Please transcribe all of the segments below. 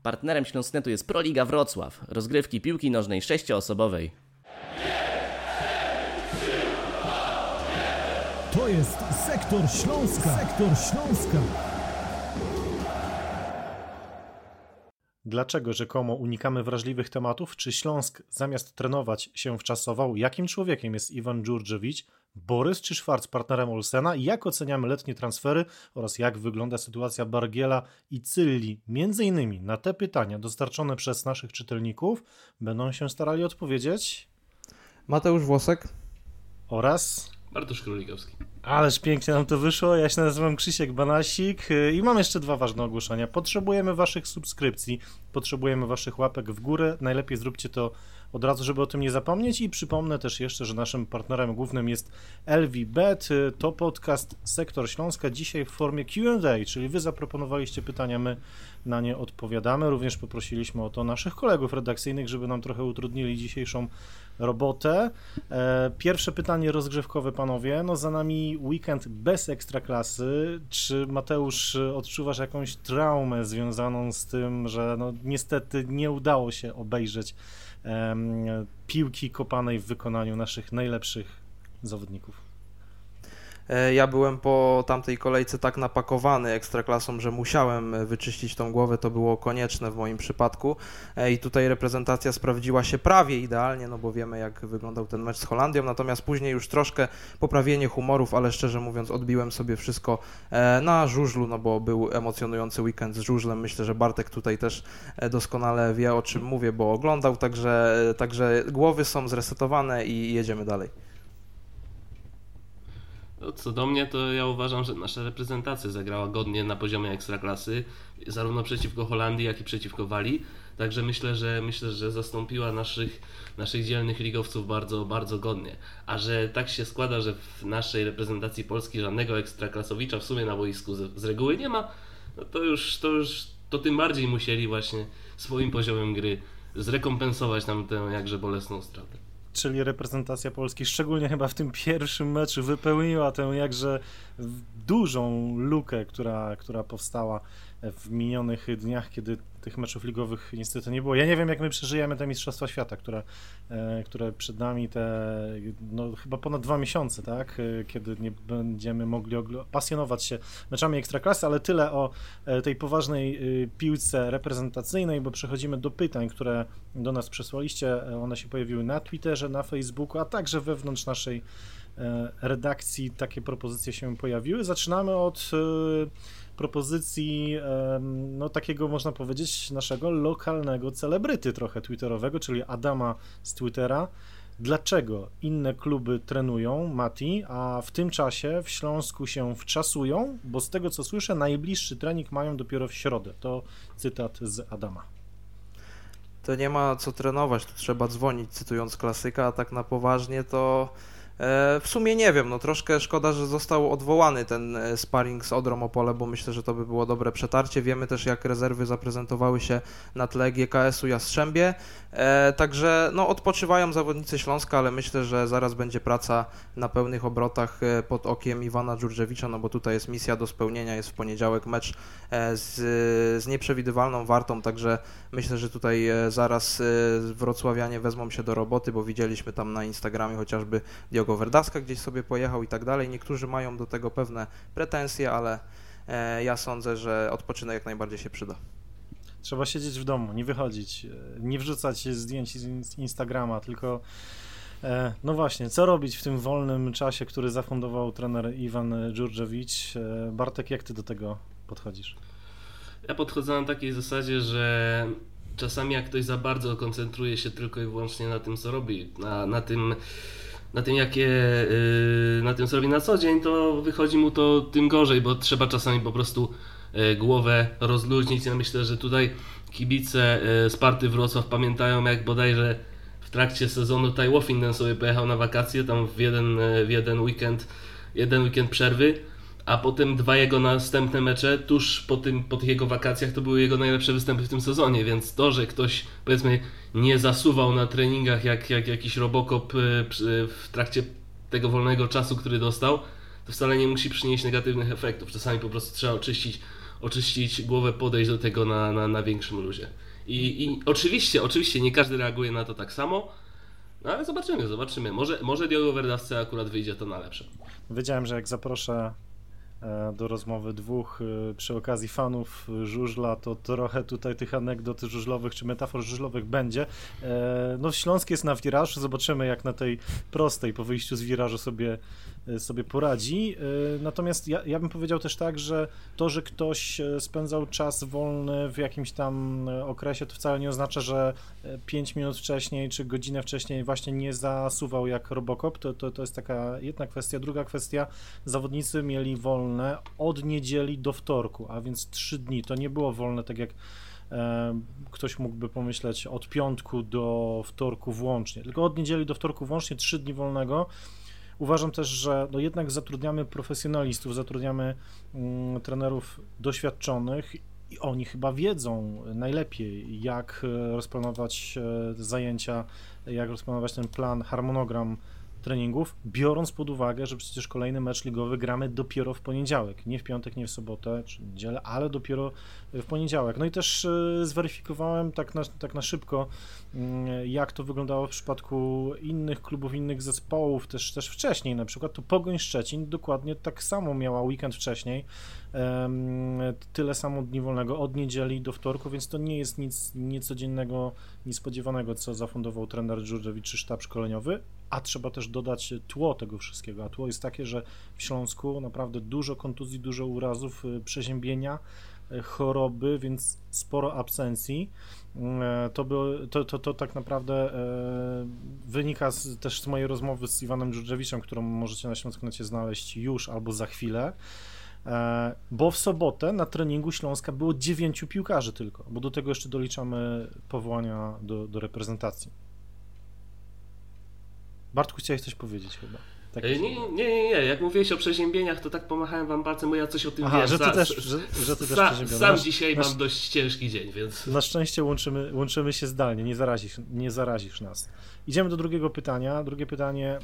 Partnerem Śląsknetu jest Proliga Wrocław, rozgrywki piłki nożnej 6-osobowej. To jest Sektor Śląska. Sektor Śląska. Dlaczego rzekomo unikamy wrażliwych tematów? Czy Śląsk zamiast trenować się wczasował? Jakim człowiekiem jest Iwan Dżurdżewicz? Borys czy Szwarc partnerem Olsena? Jak oceniamy letnie transfery oraz jak wygląda sytuacja Bargiela i Cylli? Między innymi na te pytania dostarczone przez naszych czytelników będą się starali odpowiedzieć Mateusz Włosek oraz Bartosz Królikowski. Ależ pięknie nam to wyszło. Ja się nazywam Krzysiek Banasik i mam jeszcze 2 ważne ogłoszenia. Potrzebujemy waszych subskrypcji, potrzebujemy waszych łapek w górę. Najlepiej zróbcie to od razu, żeby o tym nie zapomnieć i przypomnę też jeszcze, że naszym partnerem głównym jest LVBet. To podcast Sektor Śląska dzisiaj w formie Q&A, czyli wy zaproponowaliście pytania, my na nie odpowiadamy. Również poprosiliśmy o to naszych kolegów redakcyjnych, żeby nam trochę utrudnili dzisiejszą robotę. Pierwsze pytanie rozgrzewkowe, panowie. No za nami weekend bez Ekstraklasy. Czy Mateusz odczuwasz jakąś traumę związaną z tym, że no niestety nie udało się obejrzeć piłki kopanej w wykonaniu naszych najlepszych zawodników? Ja byłem po tamtej kolejce tak napakowany Ekstraklasą, że musiałem wyczyścić tą głowę, to było konieczne w moim przypadku i tutaj reprezentacja sprawdziła się prawie idealnie, no bo wiemy jak wyglądał ten mecz z Holandią, natomiast później już troszkę poprawienie humorów, ale szczerze mówiąc odbiłem sobie wszystko na żużlu, no bo był emocjonujący weekend z żużlem, myślę, że Bartek tutaj też doskonale wie o czym mówię, bo oglądał, także głowy są zresetowane i jedziemy dalej. Co do mnie, to ja uważam, że nasza reprezentacja zagrała godnie na poziomie Ekstraklasy, zarówno przeciwko Holandii, jak i przeciwko Walii. Także myślę, że zastąpiła naszych dzielnych ligowców bardzo, bardzo godnie. A że tak się składa, że w naszej reprezentacji Polski żadnego ekstraklasowicza w sumie na boisku z reguły nie ma, no to tym bardziej musieli właśnie swoim poziomem gry zrekompensować nam tę jakże bolesną stratę. Czyli reprezentacja Polski, szczególnie chyba w tym pierwszym meczu, wypełniła tę jakże dużą lukę, która powstała w minionych dniach, kiedy tych meczów ligowych niestety nie było. Ja nie wiem, jak my przeżyjemy te Mistrzostwa Świata, które przed nami chyba ponad 2 miesiące, tak? Kiedy nie będziemy mogli pasjonować się meczami Ekstraklasy, ale tyle o tej poważnej piłce reprezentacyjnej, bo przechodzimy do pytań, które do nas przesłaliście. One się pojawiły na Twitterze, na Facebooku, a także wewnątrz naszej redakcji takie propozycje się pojawiły. Zaczynamy od propozycji takiego, można powiedzieć, naszego lokalnego celebryty trochę twitterowego, czyli Adama z Twittera. Dlaczego inne kluby trenują, Mati, a w tym czasie w Śląsku się wczasują? Bo z tego, co słyszę, najbliższy trening mają dopiero w środę. To cytat z Adama. To nie ma co trenować, tu trzeba dzwonić, cytując klasyka, a tak na poważnie to w sumie nie wiem, no troszkę szkoda, że został odwołany ten sparring z Odrą Opole, bo myślę, że to by było dobre przetarcie. Wiemy też, jak rezerwy zaprezentowały się na tle GKS-u Jastrzębie, także no odpoczywają zawodnicy Śląska, ale myślę, że zaraz będzie praca na pełnych obrotach pod okiem Iwana Dżurdżewicza, no bo tutaj jest misja do spełnienia, jest w poniedziałek mecz z nieprzewidywalną Wartą, także myślę, że tutaj zaraz wrocławianie wezmą się do roboty, bo widzieliśmy tam na Instagramie chociażby Diogo Verdaska gdzieś sobie pojechał i tak dalej. Niektórzy mają do tego pewne pretensje, ale ja sądzę, że odpoczynek jak najbardziej się przyda. Trzeba siedzieć w domu, nie wychodzić, nie wrzucać zdjęć z Instagrama, tylko no właśnie, co robić w tym wolnym czasie, który zafundował trener Iwan Dżurdżewicz? Bartek, jak ty do tego podchodzisz? Ja podchodzę na takiej zasadzie, że czasami jak ktoś za bardzo koncentruje się tylko i wyłącznie na tym, co robi, na tym, co robi na co dzień, to wychodzi mu to tym gorzej, bo trzeba czasami po prostu głowę rozluźnić. Ja myślę, że tutaj kibice Sparty Wrocław pamiętają, jak bodajże w trakcie sezonu Tai Woffinden sobie pojechał na wakacje, tam w jeden weekend przerwy, a potem 2 jego następne mecze tuż po tych jego wakacjach to były jego najlepsze występy w tym sezonie, więc to, że ktoś, powiedzmy, nie zasuwał na treningach jak jakiś Robocop w trakcie tego wolnego czasu, który dostał, to wcale nie musi przynieść negatywnych efektów. Czasami po prostu trzeba oczyścić głowę, podejść do tego na większym luzie. I oczywiście nie każdy reaguje na to tak samo, no ale zobaczymy. Może Diogo Verdasce akurat wyjdzie to na lepsze. Wiedziałem, że jak zaproszę do rozmowy dwóch przy okazji fanów żużla, to trochę tutaj tych anegdot żużlowych czy metafor żużlowych będzie. No Śląsk jest na wirażu, zobaczymy jak na tej prostej po wyjściu z wirażu sobie poradzi. Natomiast ja bym powiedział też tak, że to, że ktoś spędzał czas wolny w jakimś tam okresie, to wcale nie oznacza, że 5 minut wcześniej czy godzinę wcześniej właśnie nie zasuwał jak Robocop. To jest taka jedna kwestia. Druga kwestia, zawodnicy mieli wolne od niedzieli do wtorku, a więc 3 dni. To nie było wolne tak jak ktoś mógłby pomyśleć od piątku do wtorku włącznie, tylko od niedzieli do wtorku włącznie 3 dni wolnego. Uważam też, że no jednak zatrudniamy profesjonalistów, zatrudniamy trenerów doświadczonych i oni chyba wiedzą najlepiej, jak rozplanować zajęcia, jak rozplanować ten plan, harmonogram treningów, biorąc pod uwagę, że przecież kolejny mecz ligowy gramy dopiero w poniedziałek, nie w piątek, nie w sobotę czy niedzielę, ale dopiero w poniedziałek. No i też zweryfikowałem tak na szybko, jak to wyglądało w przypadku innych klubów, innych zespołów, też wcześniej, na przykład to Pogoń Szczecin dokładnie tak samo miała weekend wcześniej, tyle samo dni wolnego od niedzieli do wtorku, więc to nie jest nic niecodziennego, niespodziewanego, co zafundował trener Dżurdżewicz czy sztab szkoleniowy, a trzeba też dodać tło tego wszystkiego, a tło jest takie, że w Śląsku naprawdę dużo kontuzji, dużo urazów, przeziębienia, choroby, więc sporo absencji. To tak naprawdę wynika też z mojej rozmowy z Iwanem Dżurdżewiczem, którą możecie na Śląsknecie znaleźć już albo za chwilę, bo w sobotę na treningu Śląska było 9 piłkarzy tylko, bo do tego jeszcze doliczamy powołania do reprezentacji. Bartku, chciałeś coś powiedzieć chyba? Tak Nie. Jak mówiłeś o przeziębieniach, to tak pomachałem wam palcem, bo ja coś o tym wiem. Że ty też przeziębiony. Sam dzisiaj mam dość ciężki dzień, więc... Na szczęście łączymy się zdalnie, nie zarazisz nas. Idziemy do drugiego pytania. Drugie pytanie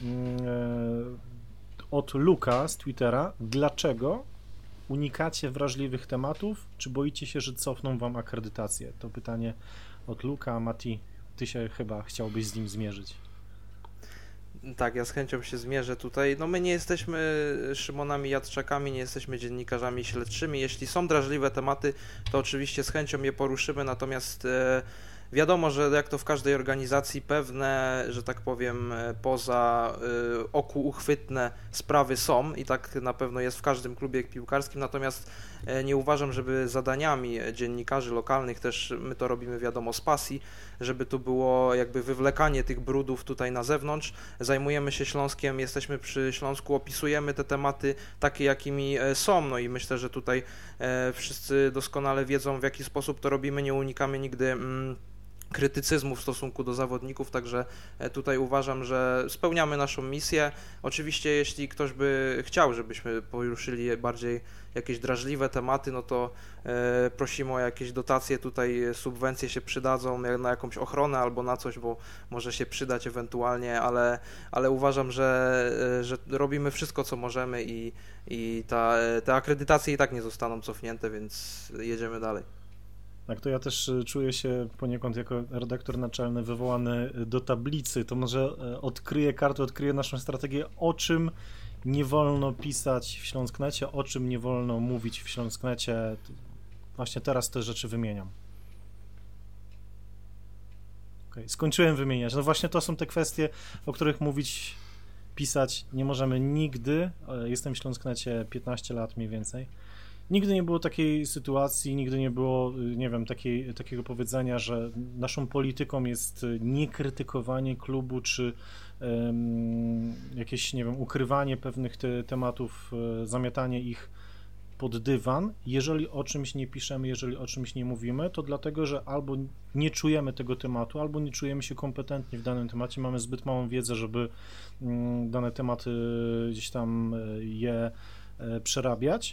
od Luka z Twittera. Dlaczego unikacie wrażliwych tematów, czy boicie się, że cofną wam akredytację? To pytanie od Luka. Mati, ty się chyba chciałbyś z nim zmierzyć. Tak, ja z chęcią się zmierzę tutaj. No my nie jesteśmy Szymonami Jadczakami, nie jesteśmy dziennikarzami śledczymi. Jeśli są drażliwe tematy, to oczywiście z chęcią je poruszymy, natomiast wiadomo, że jak to w każdej organizacji pewne, że tak powiem, poza oku uchwytne sprawy są i tak na pewno jest w każdym klubie piłkarskim, natomiast nie uważam, żeby zadaniami dziennikarzy lokalnych, też my to robimy wiadomo z pasji, żeby tu było jakby wywlekanie tych brudów tutaj na zewnątrz. Zajmujemy się Śląskiem, jesteśmy przy Śląsku, opisujemy te tematy takie, jakimi są, no i myślę, że tutaj wszyscy doskonale wiedzą, w jaki sposób to robimy, nie unikamy nigdy krytycyzmu w stosunku do zawodników, także tutaj uważam, że spełniamy naszą misję. Oczywiście jeśli ktoś by chciał, żebyśmy poruszyli bardziej jakieś drażliwe tematy, no to prosimy o jakieś dotacje, tutaj subwencje się przydadzą na jakąś ochronę albo na coś, bo może się przydać ewentualnie, ale uważam, że robimy wszystko, co możemy i te akredytacje i tak nie zostaną cofnięte, więc jedziemy dalej. Tak, to ja też czuję się poniekąd jako redaktor naczelny wywołany do tablicy. To może odkryję naszą strategię, o czym nie wolno pisać w Śląsknecie, o czym nie wolno mówić w Śląsknecie. Właśnie teraz te rzeczy wymieniam. Okay, skończyłem wymieniać. No właśnie to są te kwestie, o których mówić, pisać nie możemy nigdy. Jestem w Śląsknecie 15 lat mniej więcej. Nigdy nie było takiej sytuacji, nigdy nie było, nie wiem, takiego powiedzenia, że naszą polityką jest nie krytykowanie klubu, czy jakieś, nie wiem, ukrywanie pewnych tematów, zamiatanie ich pod dywan. Jeżeli o czymś nie piszemy, jeżeli o czymś nie mówimy, to dlatego, że albo nie czujemy tego tematu, albo nie czujemy się kompetentni w danym temacie, mamy zbyt małą wiedzę, żeby dane tematy gdzieś tam je przerabiać.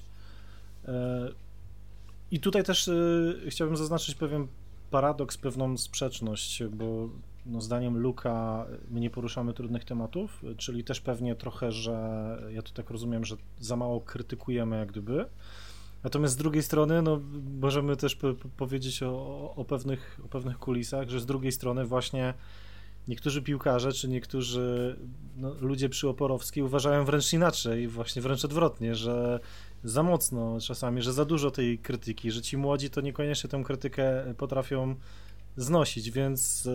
I tutaj też chciałbym zaznaczyć pewien paradoks, pewną sprzeczność, bo no, zdaniem Luka my nie poruszamy trudnych tematów, czyli też pewnie trochę, że ja to tak rozumiem, że za mało krytykujemy jak gdyby, Natomiast z drugiej strony, no, możemy też powiedzieć o pewnych kulisach, że z drugiej strony właśnie niektórzy piłkarze, czy niektórzy ludzie przy Oporowskiej uważają wręcz inaczej, właśnie wręcz odwrotnie, że za mocno czasami, że za dużo tej krytyki, że ci młodzi to niekoniecznie tę krytykę potrafią znosić, więc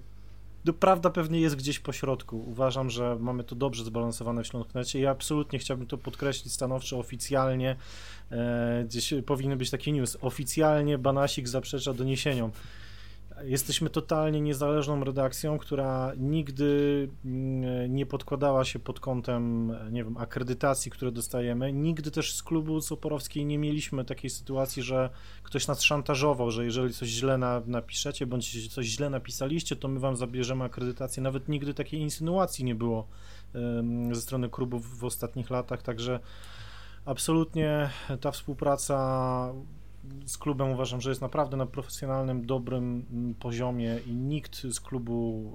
prawda pewnie jest gdzieś po środku. Uważam, że mamy to dobrze zbalansowane w Śląsknecie i absolutnie chciałbym to podkreślić stanowczo, oficjalnie, gdzieś powinien być taki news, oficjalnie Banasik zaprzecza doniesieniom. Jesteśmy totalnie niezależną redakcją, która nigdy nie podkładała się pod kątem, nie wiem, akredytacji, które dostajemy. Nigdy też z klubu Oporowskiej nie mieliśmy takiej sytuacji, że ktoś nas szantażował, że jeżeli coś źle napiszecie, bądź coś źle napisaliście, to my wam zabierzemy akredytację. Nawet nigdy takiej insynuacji nie było ze strony klubów w ostatnich latach, także absolutnie ta współpraca z klubem uważam, że jest naprawdę na profesjonalnym, dobrym poziomie i nikt z klubu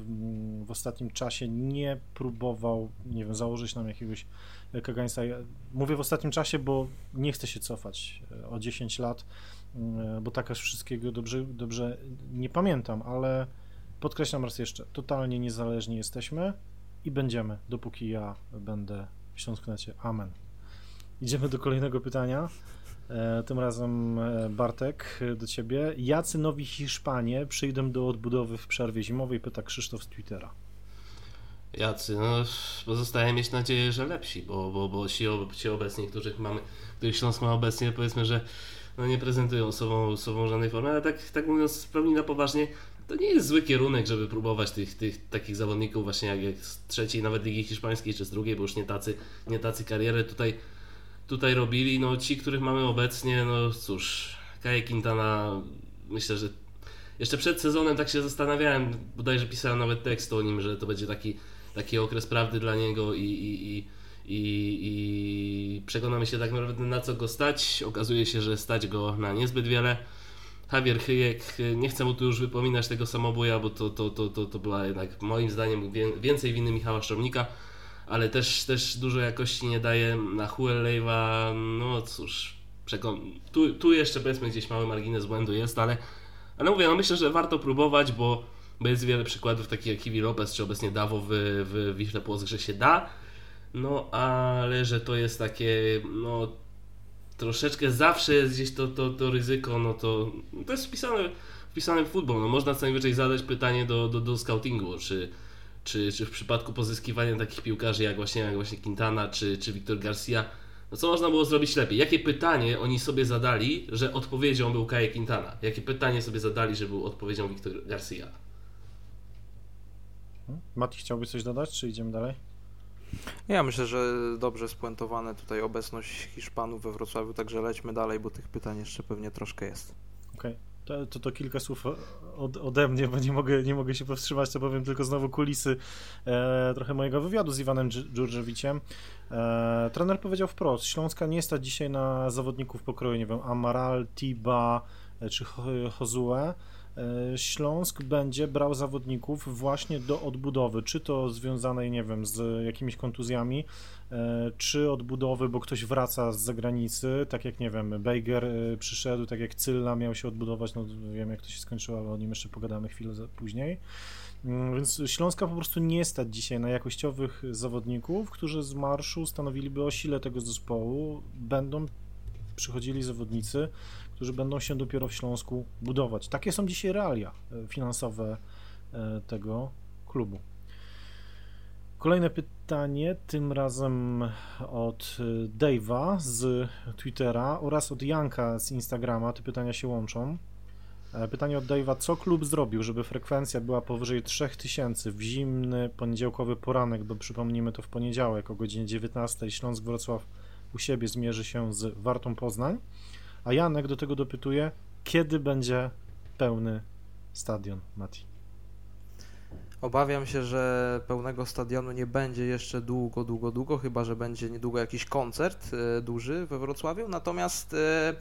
w ostatnim czasie nie próbował, nie wiem, założyć nam jakiegoś kagańca. Mówię w ostatnim czasie, bo nie chcę się cofać o 10 lat, bo tak aż wszystkiego dobrze nie pamiętam, ale podkreślam raz jeszcze, totalnie niezależni jesteśmy i będziemy, dopóki ja będę w Śląsknecie. Amen. Idziemy do kolejnego pytania. Tym razem Bartek, do ciebie. Jacy nowi Hiszpanie przyjdą do odbudowy w przerwie zimowej? Pyta Krzysztof z Twittera. Jacy? No, pozostaje mieć nadzieję, że lepsi, bo ci obecni, których Śląsk ma obecnie, powiedzmy, że no nie prezentują sobą żadnej formy, ale tak mówiąc pełni na poważnie, to nie jest zły kierunek, żeby próbować tych takich zawodników właśnie jak z trzeciej nawet Ligi Hiszpańskiej, czy z drugiej, bo już nie tacy kariery tutaj robili. No ci, których mamy obecnie, no cóż, Kaje Quintana, myślę, że jeszcze przed sezonem tak się zastanawiałem, bodajże pisałem nawet tekst o nim, że to będzie taki okres prawdy dla niego i przekonamy się tak naprawdę, na co go stać. Okazuje się, że stać go na niezbyt wiele. Javier Chyjek, nie chcę mu tu już wypominać tego samobuja, bo to była jednak moim zdaniem więcej winy Michała Szczomnika, ale też dużo jakości nie daje. Na Huelejwa, no cóż, tu jeszcze powiedzmy gdzieś mały margines błędu jest, ale mówię, no myślę, że warto próbować, bo jest wiele przykładów takich jak Hiwi Lopez, czy obecnie Dawo w Wiśle Płock, że się da, no ale że to jest takie, no troszeczkę zawsze jest gdzieś to ryzyko, no to jest wpisane w futbol, no można co najwyżej zadać pytanie do scoutingu, czy w przypadku pozyskiwania takich piłkarzy jak właśnie Quintana czy Víctor García, no co można było zrobić lepiej? Jakie pytanie oni sobie zadali, że odpowiedzią był Kaje Quintana? Jakie pytanie sobie zadali, że był odpowiedzią Víctor García? Mati, chciałbyś coś dodać, czy idziemy dalej? Ja myślę, że dobrze spuentowane tutaj obecność Hiszpanów we Wrocławiu, także lećmy dalej, bo tych pytań jeszcze pewnie troszkę jest. Okej. To kilka słów ode mnie, bo nie mogę się powstrzymać, to powiem tylko znowu kulisy trochę mojego wywiadu z Iwanem Dżurdżewiciem. Trener powiedział wprost, Śląska nie stać dzisiaj na zawodników pokroju, nie wiem, Amaral, Tiba czy Josue. Śląsk będzie brał zawodników właśnie do odbudowy, czy to związanej, nie wiem, z jakimiś kontuzjami, czy odbudowy, bo ktoś wraca z zagranicy, tak jak, nie wiem, Bejger przyszedł, tak jak Cylla miał się odbudować, no wiem jak to się skończyło, ale o nim jeszcze pogadamy chwilę później. Więc Śląska po prostu nie stać dzisiaj na jakościowych zawodników, którzy z marszu stanowiliby o sile tego zespołu. Będą przychodzili zawodnicy, którzy będą się dopiero w Śląsku budować. Takie są dzisiaj realia finansowe tego klubu. Kolejne pytanie, tym razem od Dave'a z Twittera oraz od Janka z Instagrama. Te pytania się łączą. Pytanie od Dave'a. Co klub zrobił, żeby frekwencja była powyżej 3000 w zimny poniedziałkowy poranek, bo przypomnijmy to w poniedziałek o godzinie 19 Śląsk Wrocław u siebie zmierzy się z Wartą Poznań. A Janek do tego dopytuje, kiedy będzie pełny stadion, Mati? Obawiam się, że pełnego stadionu nie będzie jeszcze długo, chyba że będzie niedługo jakiś koncert duży we Wrocławiu, natomiast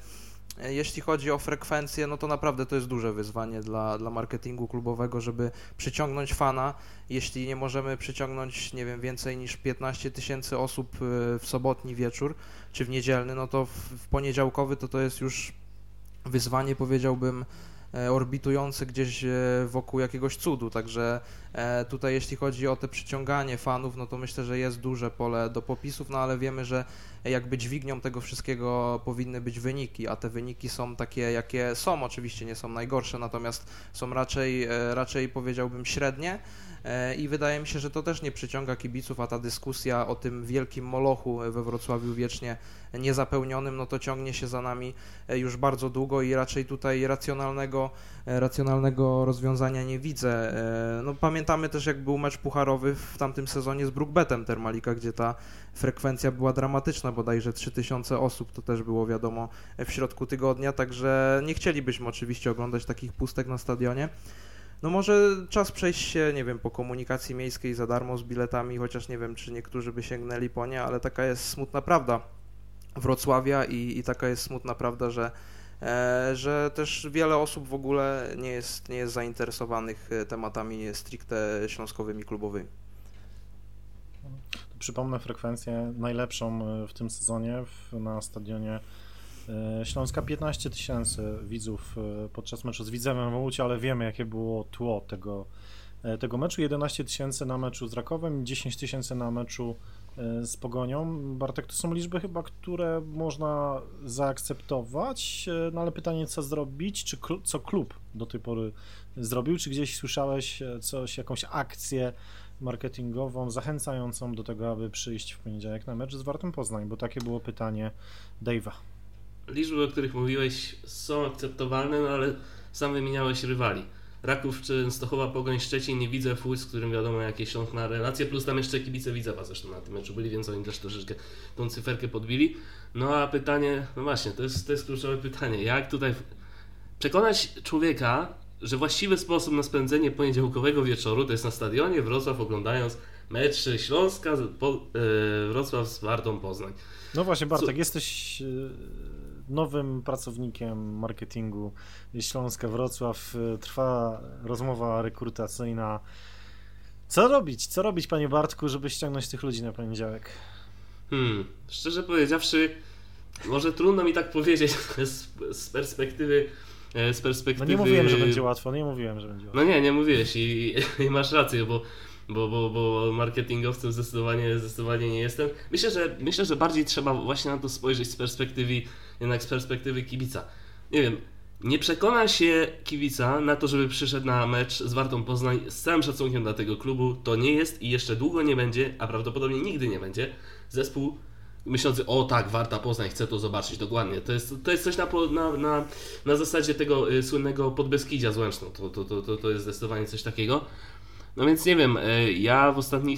jeśli chodzi o frekwencję, no to naprawdę to jest duże wyzwanie dla marketingu klubowego, żeby przyciągnąć fana. Jeśli nie możemy przyciągnąć, nie wiem, więcej niż 15 000 osób w sobotni wieczór, czy w niedzielny, no to w poniedziałkowy to jest już wyzwanie, powiedziałbym, orbitujący gdzieś wokół jakiegoś cudu, także tutaj jeśli chodzi o te przyciąganie fanów, no to myślę, że jest duże pole do popisów, no ale wiemy, że jakby dźwignią tego wszystkiego powinny być wyniki, a te wyniki są takie, jakie są, oczywiście nie są najgorsze, natomiast są raczej powiedziałbym średnie i wydaje mi się, że to też nie przyciąga kibiców, a ta dyskusja o tym wielkim molochu we Wrocławiu wiecznie niezapełnionym, no to ciągnie się za nami już bardzo długo i raczej tutaj racjonalnego rozwiązania nie widzę. No, pamiętamy też, jak był mecz pucharowy w tamtym sezonie z Brookbetem Termalika, gdzie ta frekwencja była dramatyczna, bodajże 3000 osób, to też było wiadomo w środku tygodnia, także nie chcielibyśmy oczywiście oglądać takich pustek na stadionie. No może czas przejść się, nie wiem, po komunikacji miejskiej za darmo z biletami, chociaż nie wiem, czy niektórzy by sięgnęli po nie, ale taka jest smutna prawda Wrocławia i taka jest smutna prawda, że też wiele osób w ogóle nie jest zainteresowanych tematami stricte śląskowymi, klubowymi. Przypomnę frekwencję najlepszą w tym sezonie na stadionie Śląska. 15 000 widzów podczas meczu z Widzewem w Łucie, ale wiemy, jakie było tło tego meczu. 11 000 na meczu z Rakowem i 10 000 na meczu z Pogonią. Bartek, to są liczby chyba, które można zaakceptować, no ale pytanie, co zrobić, czy co klub do tej pory zrobił, czy gdzieś słyszałeś jakąś akcję marketingową zachęcającą do tego, aby przyjść w poniedziałek na mecz z Wartą Poznań, bo takie było pytanie Dave'a. Liczby, o których mówiłeś, są akceptowalne, no ale sam wymieniałeś rywali. Raków, Częstochowa, Pogoń, Szczecin, nie widzę Łódź, z którym wiadomo jakie śląskne relacje, plus tam jeszcze kibice Widzewa zresztą na tym meczu byli, więc oni też troszeczkę tą cyferkę podbili. No a pytanie, no właśnie, to jest kluczowe pytanie, jak tutaj przekonać człowieka, że właściwy sposób na spędzenie poniedziałkowego wieczoru to jest na stadionie Wrocław, oglądając mecz Śląska, Wrocław z Wartą Poznań. No właśnie, Bartek, jesteś nowym pracownikiem marketingu Śląska Wrocław. Trwa rozmowa rekrutacyjna. Co robić, panie Bartku, żeby ściągnąć tych ludzi na poniedziałek? Szczerze powiedziawszy, może trudno mi tak powiedzieć z perspektywy. No nie mówiłem, że będzie łatwo, No nie mówiłeś i masz rację, bo marketingowcem zdecydowanie nie jestem. Myślę, że bardziej trzeba właśnie na to spojrzeć z perspektywy kibica. Nie wiem, nie przekona się kibica na to, żeby przyszedł na mecz z Wartą Poznań, z całym szacunkiem dla tego klubu. To nie jest i jeszcze długo nie będzie, a prawdopodobnie nigdy nie będzie zespół myślący, o tak, Warta Poznań, chcę to zobaczyć, dokładnie. To jest coś na zasadzie tego słynnego Podbeskidzia z Łęczną. To jest zdecydowanie coś takiego. No więc nie wiem, ja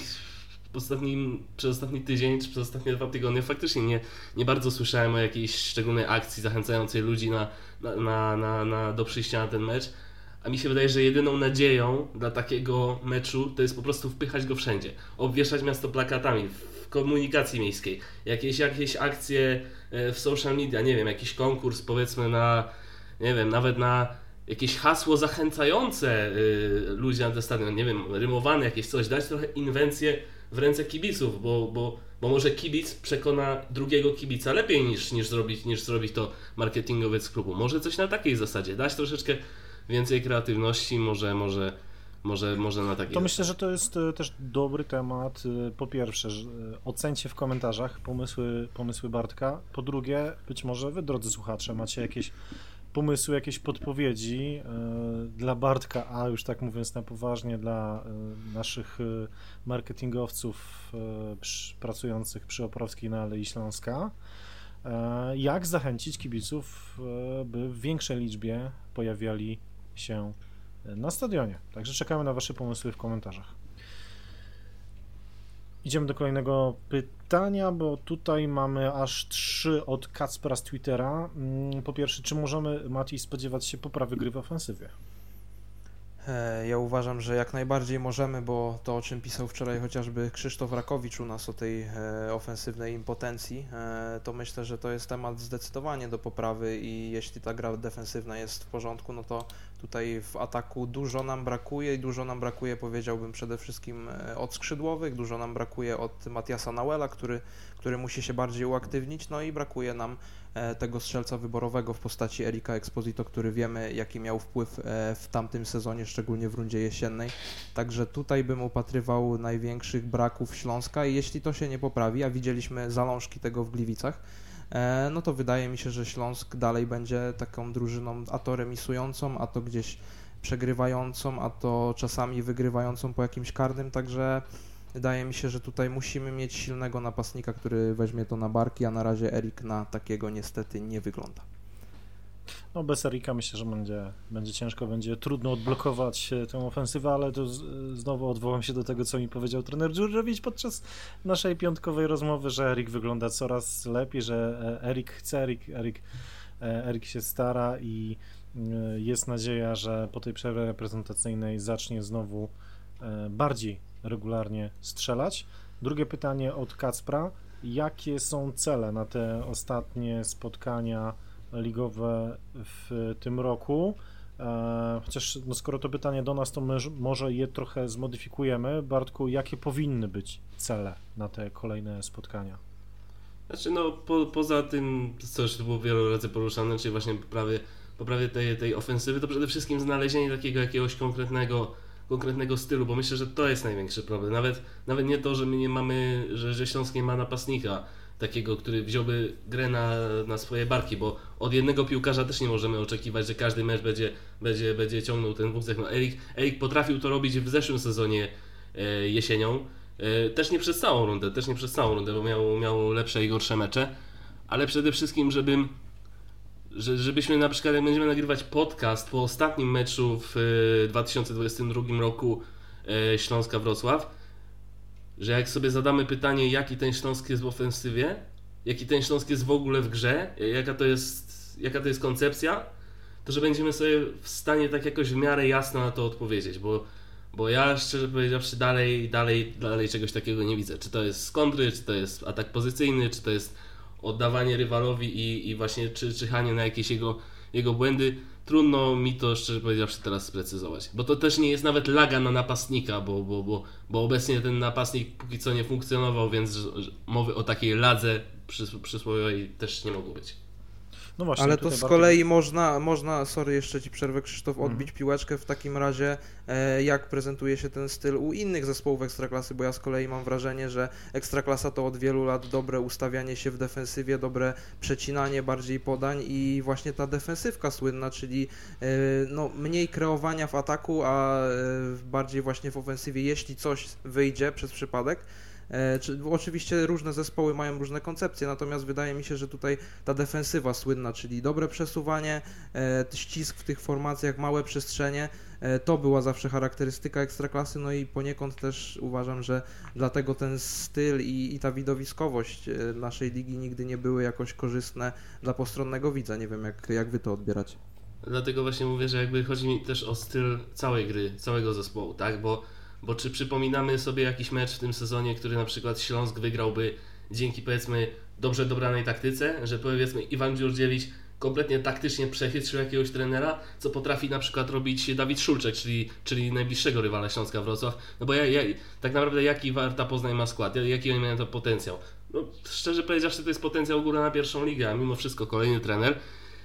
przez ostatni tydzień, czy przez ostatnie 2 tygodnie faktycznie nie bardzo słyszałem o jakiejś szczególnej akcji zachęcającej ludzi do przyjścia na ten mecz. A mi się wydaje, że jedyną nadzieją dla takiego meczu to jest po prostu wpychać go wszędzie. Obwieszać miasto plakatami, w komunikacji miejskiej, jakieś akcje w social media, nie wiem, jakiś konkurs powiedzmy nawet na jakieś hasło zachęcające ludzi na ten stadion, nie wiem, rymowane jakieś coś, dać trochę inwencję w ręce kibiców, bo może kibic przekona drugiego kibica lepiej niż zrobić to marketingowiec klubu. Może coś na takiej zasadzie, dać troszeczkę więcej kreatywności, może na takiej. To myślę, że to jest też dobry temat. Po pierwsze, ocencie w komentarzach pomysły Bartka. Po drugie, być może wy, drodzy słuchacze, macie jakieś pomysły, jakieś podpowiedzi dla Bartka, a już tak mówiąc na poważnie, dla naszych marketingowców pracujących przy Oprowskiej na Alei Śląska. Jak zachęcić kibiców, by w większej liczbie pojawiali się na stadionie. Także czekamy na wasze pomysły w komentarzach. Idziemy do kolejnego pytania, bo tutaj mamy aż 3 od Kacpera z Twittera. Po pierwsze, czy możemy, Mati, spodziewać się poprawy gry w ofensywie? Ja uważam, że jak najbardziej możemy, bo to, o czym pisał wczoraj chociażby Krzysztof Rakowicz u nas o tej ofensywnej impotencji, to myślę, że to jest temat zdecydowanie do poprawy i jeśli ta gra defensywna jest w porządku, no to tutaj w ataku dużo nam brakuje i dużo nam brakuje, powiedziałbym, przede wszystkim od skrzydłowych, dużo nam brakuje od Matiasa Nauela, który musi się bardziej uaktywnić, no i brakuje nam tego strzelca wyborowego w postaci Erika Exposito, który wiemy, jaki miał wpływ w tamtym sezonie, szczególnie w rundzie jesiennej. Także tutaj bym upatrywał największych braków Śląska i jeśli to się nie poprawi, a widzieliśmy zalążki tego w Gliwicach, no to wydaje mi się, że Śląsk dalej będzie taką drużyną a to remisującą, a to gdzieś przegrywającą, a to czasami wygrywającą po jakimś karnym, także wydaje mi się, że tutaj musimy mieć silnego napastnika, który weźmie to na barki, a na razie Erik na takiego niestety nie wygląda. No bez Erika myślę, że będzie ciężko, będzie trudno odblokować tę ofensywę, ale to znowu odwołam się do tego, co mi powiedział trener Dżurdżewicz podczas naszej piątkowej rozmowy, że Erik wygląda coraz lepiej, że Erik chce, Erik się stara i jest nadzieja, że po tej przerwie reprezentacyjnej zacznie znowu bardziej regularnie strzelać. Drugie pytanie od Kacpra. Jakie są cele na te ostatnie spotkania ligowe w tym roku? Chociaż no skoro to pytanie do nas, to my może je trochę zmodyfikujemy. Bartku, jakie powinny być cele na te kolejne spotkania? Znaczy no poza tym, co już było wiele razy poruszane, czyli właśnie poprawie tej ofensywy, to przede wszystkim znalezienie takiego jakiegoś konkretnego stylu, bo myślę, że to jest największy problem. Nawet nie to, że my nie mamy, że Śląsk nie ma napastnika takiego, który wziąłby grę na swoje barki, bo od jednego piłkarza też nie możemy oczekiwać, że każdy mecz będzie ciągnął ten wózek. No Erik potrafił to robić w zeszłym sezonie jesienią, też nie przez całą rundę, bo miał lepsze i gorsze mecze, ale przede wszystkim, żebyśmy na przykład, jak będziemy nagrywać podcast po ostatnim meczu w 2022 roku Śląska Wrocław, że jak sobie zadamy pytanie, jaki ten Śląsk jest w ofensywie, jaki ten Śląsk jest w ogóle w grze, jaka to jest koncepcja, to że będziemy sobie w stanie tak jakoś w miarę jasno na to odpowiedzieć, bo ja szczerze powiedziawszy dalej czegoś takiego nie widzę. Czy to jest z kontry, czy to jest atak pozycyjny, czy to jest oddawanie rywalowi i właśnie czyhanie na jakieś jego błędy. Trudno mi to szczerze powiedziawszy teraz sprecyzować, bo to też nie jest nawet laga na napastnika, bo obecnie ten napastnik póki co nie funkcjonował, więc mowy o takiej ladze przysłowiowej też nie mogło być. No właśnie, ale to z kolei można, sorry, jeszcze Ci przerwę, Krzysztof, odbić piłeczkę w takim razie, jak prezentuje się ten styl u innych zespołów Ekstraklasy, bo ja z kolei mam wrażenie, że Ekstraklasa to od wielu lat dobre ustawianie się w defensywie, dobre przecinanie bardziej podań i właśnie ta defensywka słynna, czyli no, mniej kreowania w ataku, a bardziej właśnie w ofensywie, jeśli coś wyjdzie przez przypadek. Oczywiście różne zespoły mają różne koncepcje, natomiast wydaje mi się, że tutaj ta defensywa słynna, czyli dobre przesuwanie, ścisk w tych formacjach, małe przestrzenie, to była zawsze charakterystyka Ekstraklasy, no i poniekąd też uważam, że dlatego ten styl i ta widowiskowość naszej ligi nigdy nie były jakoś korzystne dla postronnego widza. Nie wiem, jak wy to odbieracie. Dlatego właśnie mówię, że jakby chodzi mi też o styl całej gry, całego zespołu, tak? Bo czy przypominamy sobie jakiś mecz w tym sezonie, który na przykład Śląsk wygrałby dzięki, powiedzmy, dobrze dobranej taktyce, że powiedzmy Iwan Dżurdziewicz kompletnie taktycznie przechytrzył jakiegoś trenera, co potrafi na przykład robić Dawid Szulczek, czyli najbliższego rywala Śląska Wrocław. No bo tak naprawdę jaki Warta Poznań ma skład, jaki oni mają to potencjał? No szczerze powiedziawszy, to jest potencjał góra na pierwszą ligę, a mimo wszystko kolejny trener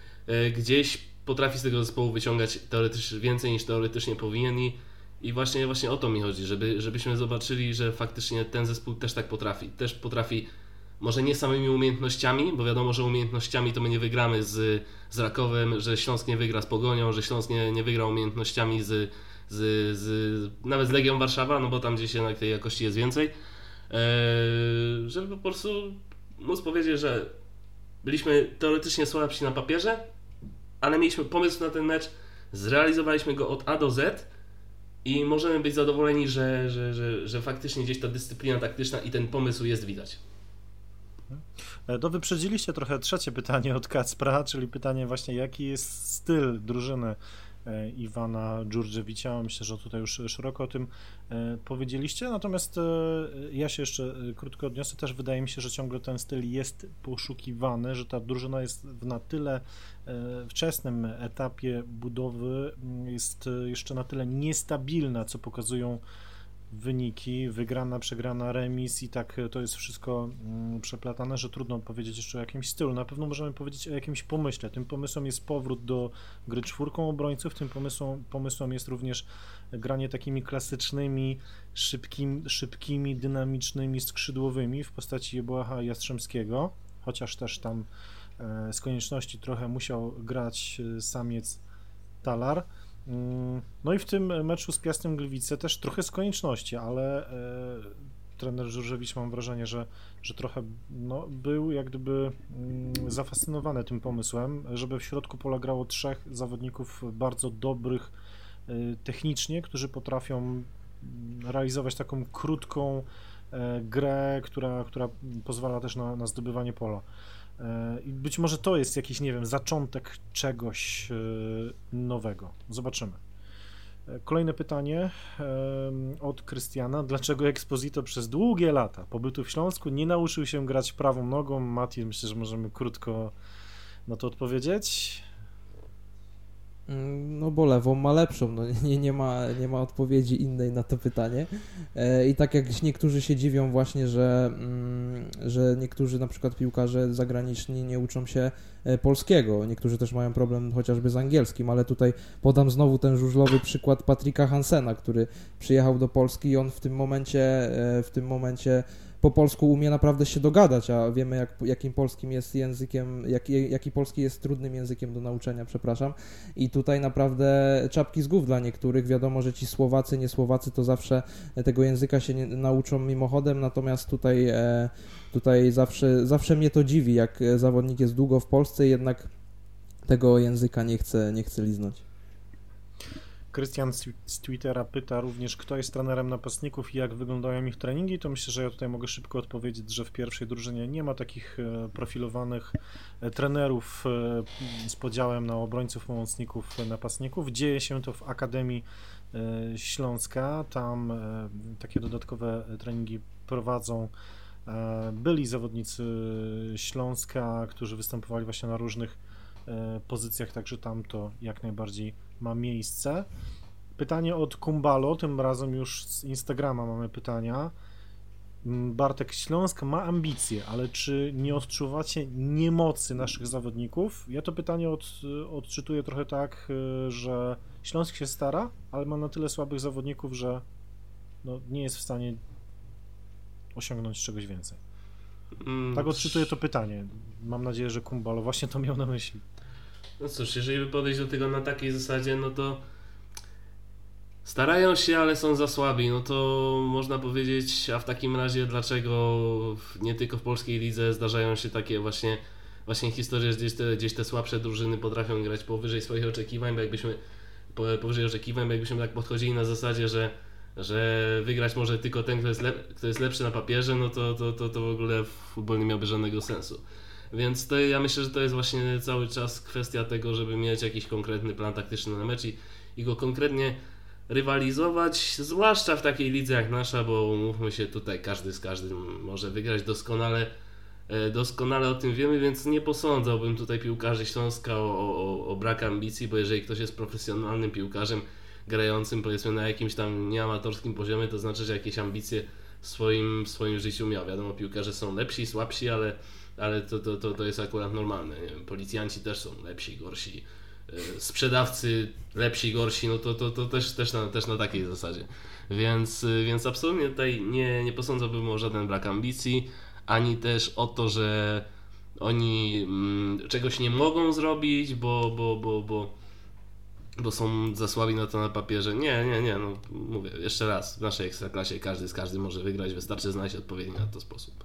gdzieś potrafi z tego zespołu wyciągać teoretycznie więcej niż teoretycznie powinien i właśnie o to mi chodzi, żebyśmy zobaczyli, że faktycznie ten zespół też tak potrafi. Też potrafi, może nie samymi umiejętnościami, bo wiadomo, że umiejętnościami to my nie wygramy z Rakowem, że Śląsk nie wygra z Pogonią, że Śląsk nie wygra umiejętnościami nawet z Legią Warszawa, no bo tam gdzieś jednak tej jakości jest więcej. Żeby po prostu móc powiedzieć, że byliśmy teoretycznie słabsi na papierze, ale mieliśmy pomysł na ten mecz, zrealizowaliśmy go od A do Z i możemy być zadowoleni, że faktycznie gdzieś ta dyscyplina taktyczna i ten pomysł jest widać. To wyprzedziliście trochę trzecie pytanie od Kacpra, czyli pytanie właśnie, jaki jest styl drużyny Iwana Dżurdżewicza. Myślę, że tutaj już szeroko o tym powiedzieliście, natomiast ja się jeszcze krótko odniosę. Też wydaje mi się, że ciągle ten styl jest poszukiwany, że ta drużyna jest w na tyle wczesnym etapie budowy, jest jeszcze na tyle niestabilna, co pokazują wyniki, wygrana, przegrana, remis i tak to jest wszystko przeplatane, że trudno powiedzieć jeszcze o jakimś stylu. Na pewno możemy powiedzieć o jakimś pomyśle. Tym pomysłem jest powrót do gry czwórką obrońców, tym pomysłem jest również granie takimi klasycznymi, szybkimi, dynamicznymi skrzydłowymi w postaci Jeboaha Jastrzębskiego, chociaż też tam z konieczności trochę musiał grać samiec Talar. No i w tym meczu z Piastem Gliwice też trochę z konieczności, ale trener Żurżewicz, mam wrażenie, że trochę był jak gdyby zafascynowany tym pomysłem, żeby w środku pola grało 3 zawodników bardzo dobrych technicznie, którzy potrafią realizować taką krótką grę, która pozwala też na zdobywanie pola. I być może to jest jakiś, nie wiem, zaczątek czegoś nowego. Zobaczymy. Kolejne pytanie od Krystiana. Dlaczego Exposito przez długie lata pobytu w Śląsku nie nauczył się grać prawą nogą? Mati, myślę, że możemy krótko na to odpowiedzieć. No bo lewą ma lepszą, no nie ma odpowiedzi innej na to pytanie. I tak jak niektórzy się dziwią właśnie, że niektórzy na przykład piłkarze zagraniczni nie uczą się polskiego, niektórzy też mają problem chociażby z angielskim, ale tutaj podam znowu ten żużlowy przykład Patryka Hansena, który przyjechał do Polski i on w tym momencie po polsku umie naprawdę się dogadać, a wiemy jakim polskim jest językiem, jaki polski jest trudnym językiem do nauczenia, przepraszam. I tutaj naprawdę czapki z głów dla niektórych. Wiadomo, że ci Słowacy, nie Słowacy to zawsze tego języka się nie nauczą mimochodem, natomiast tutaj zawsze mnie to dziwi, jak zawodnik jest długo w Polsce i jednak tego języka nie chce liznąć. Krystian z Twittera pyta również, kto jest trenerem napastników i jak wyglądają ich treningi. To myślę, że ja tutaj mogę szybko odpowiedzieć, że w pierwszej drużynie nie ma takich profilowanych trenerów z podziałem na obrońców, pomocników, napastników. Dzieje się to w Akademii Śląska. Tam takie dodatkowe treningi prowadzą byli zawodnicy Śląska, którzy występowali właśnie na różnych pozycjach, także tam to jak najbardziej ma miejsce. Pytanie od Kumbalo, tym razem już z Instagrama mamy pytania. Bartek, Śląsk ma ambicje, ale czy nie odczuwacie niemocy naszych zawodników? Ja to pytanie odczytuję trochę tak, że Śląsk się stara, ale ma na tyle słabych zawodników, że nie jest w stanie osiągnąć czegoś więcej. Tak odczytuję to pytanie. Mam nadzieję, że Kumbalo właśnie to miał na myśli. No cóż, jeżeli by podejść do tego na takiej zasadzie, no to starają się, ale są za słabi, no to można powiedzieć, a w takim razie dlaczego nie tylko w polskiej lidze zdarzają się takie właśnie historie, że gdzieś te słabsze drużyny potrafią grać powyżej swoich oczekiwań, bo jakbyśmy tak podchodzili na zasadzie, że wygrać może tylko ten, kto jest lepszy na papierze, no to w ogóle futbol nie miałby żadnego sensu. Więc ja myślę, że to jest właśnie cały czas kwestia tego, żeby mieć jakiś konkretny plan taktyczny na mecz i go konkretnie rywalizować, zwłaszcza w takiej lidze jak nasza, bo mówmy się, tutaj każdy z każdym może wygrać doskonale o tym wiemy, więc nie posądzałbym tutaj piłkarzy Śląska o brak ambicji, bo jeżeli ktoś jest profesjonalnym piłkarzem grającym powiedzmy na jakimś tam nieamatorskim poziomie, to znaczy, że jakieś ambicje w swoim życiu miał. Wiadomo, piłkarze są lepsi, słabsi, ale to jest akurat normalne. Nie wiem, policjanci też są lepsi, gorsi, sprzedawcy lepsi, gorsi, no to też na takiej zasadzie. Więc absolutnie tutaj nie posądzałbym o żaden brak ambicji, ani też o to, że oni czegoś nie mogą zrobić, bo są za słabi na to na papierze. Nie, no mówię, jeszcze raz, w naszej ekstraklasie każdy z każdym może wygrać, wystarczy znaleźć odpowiedni na to sposób.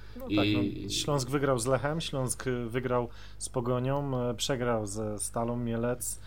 Śląsk wygrał z Lechem, Śląsk wygrał z Pogonią, przegrał ze Stalą Mielec,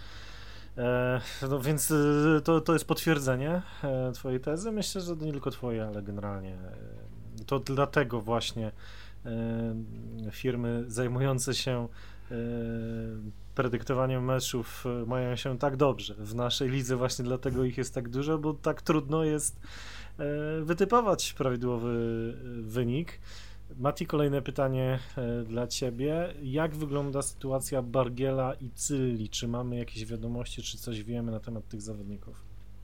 więc to jest potwierdzenie twojej tezy. Myślę, że nie tylko twojej, ale generalnie to dlatego właśnie firmy zajmujące się predyktowaniem meczów mają się tak dobrze w naszej lidze, właśnie dlatego ich jest tak dużo, bo tak trudno jest wytypować prawidłowy wynik. Mati, kolejne pytanie dla Ciebie. Jak wygląda sytuacja Bargiela i Cylli? Czy mamy jakieś wiadomości, czy coś wiemy na temat tych zawodników?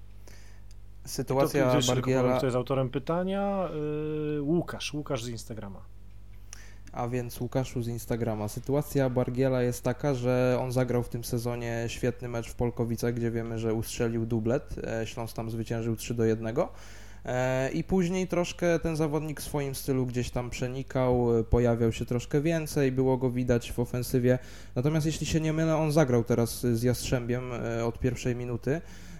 Sytuacja Bargiela... Kto jest autorem pytania? Łukasz z Instagrama. A więc Łukaszu z Instagrama. Sytuacja Bargiela jest taka, że on zagrał w tym sezonie świetny mecz w Polkowicach, gdzie wiemy, że ustrzelił dublet. Śląsk tam zwyciężył 3-1. I później troszkę ten zawodnik w swoim stylu gdzieś tam przenikał, pojawiał się troszkę więcej, było go widać w ofensywie. Natomiast jeśli się nie mylę, on zagrał teraz z Jastrzębiem od pierwszej minuty.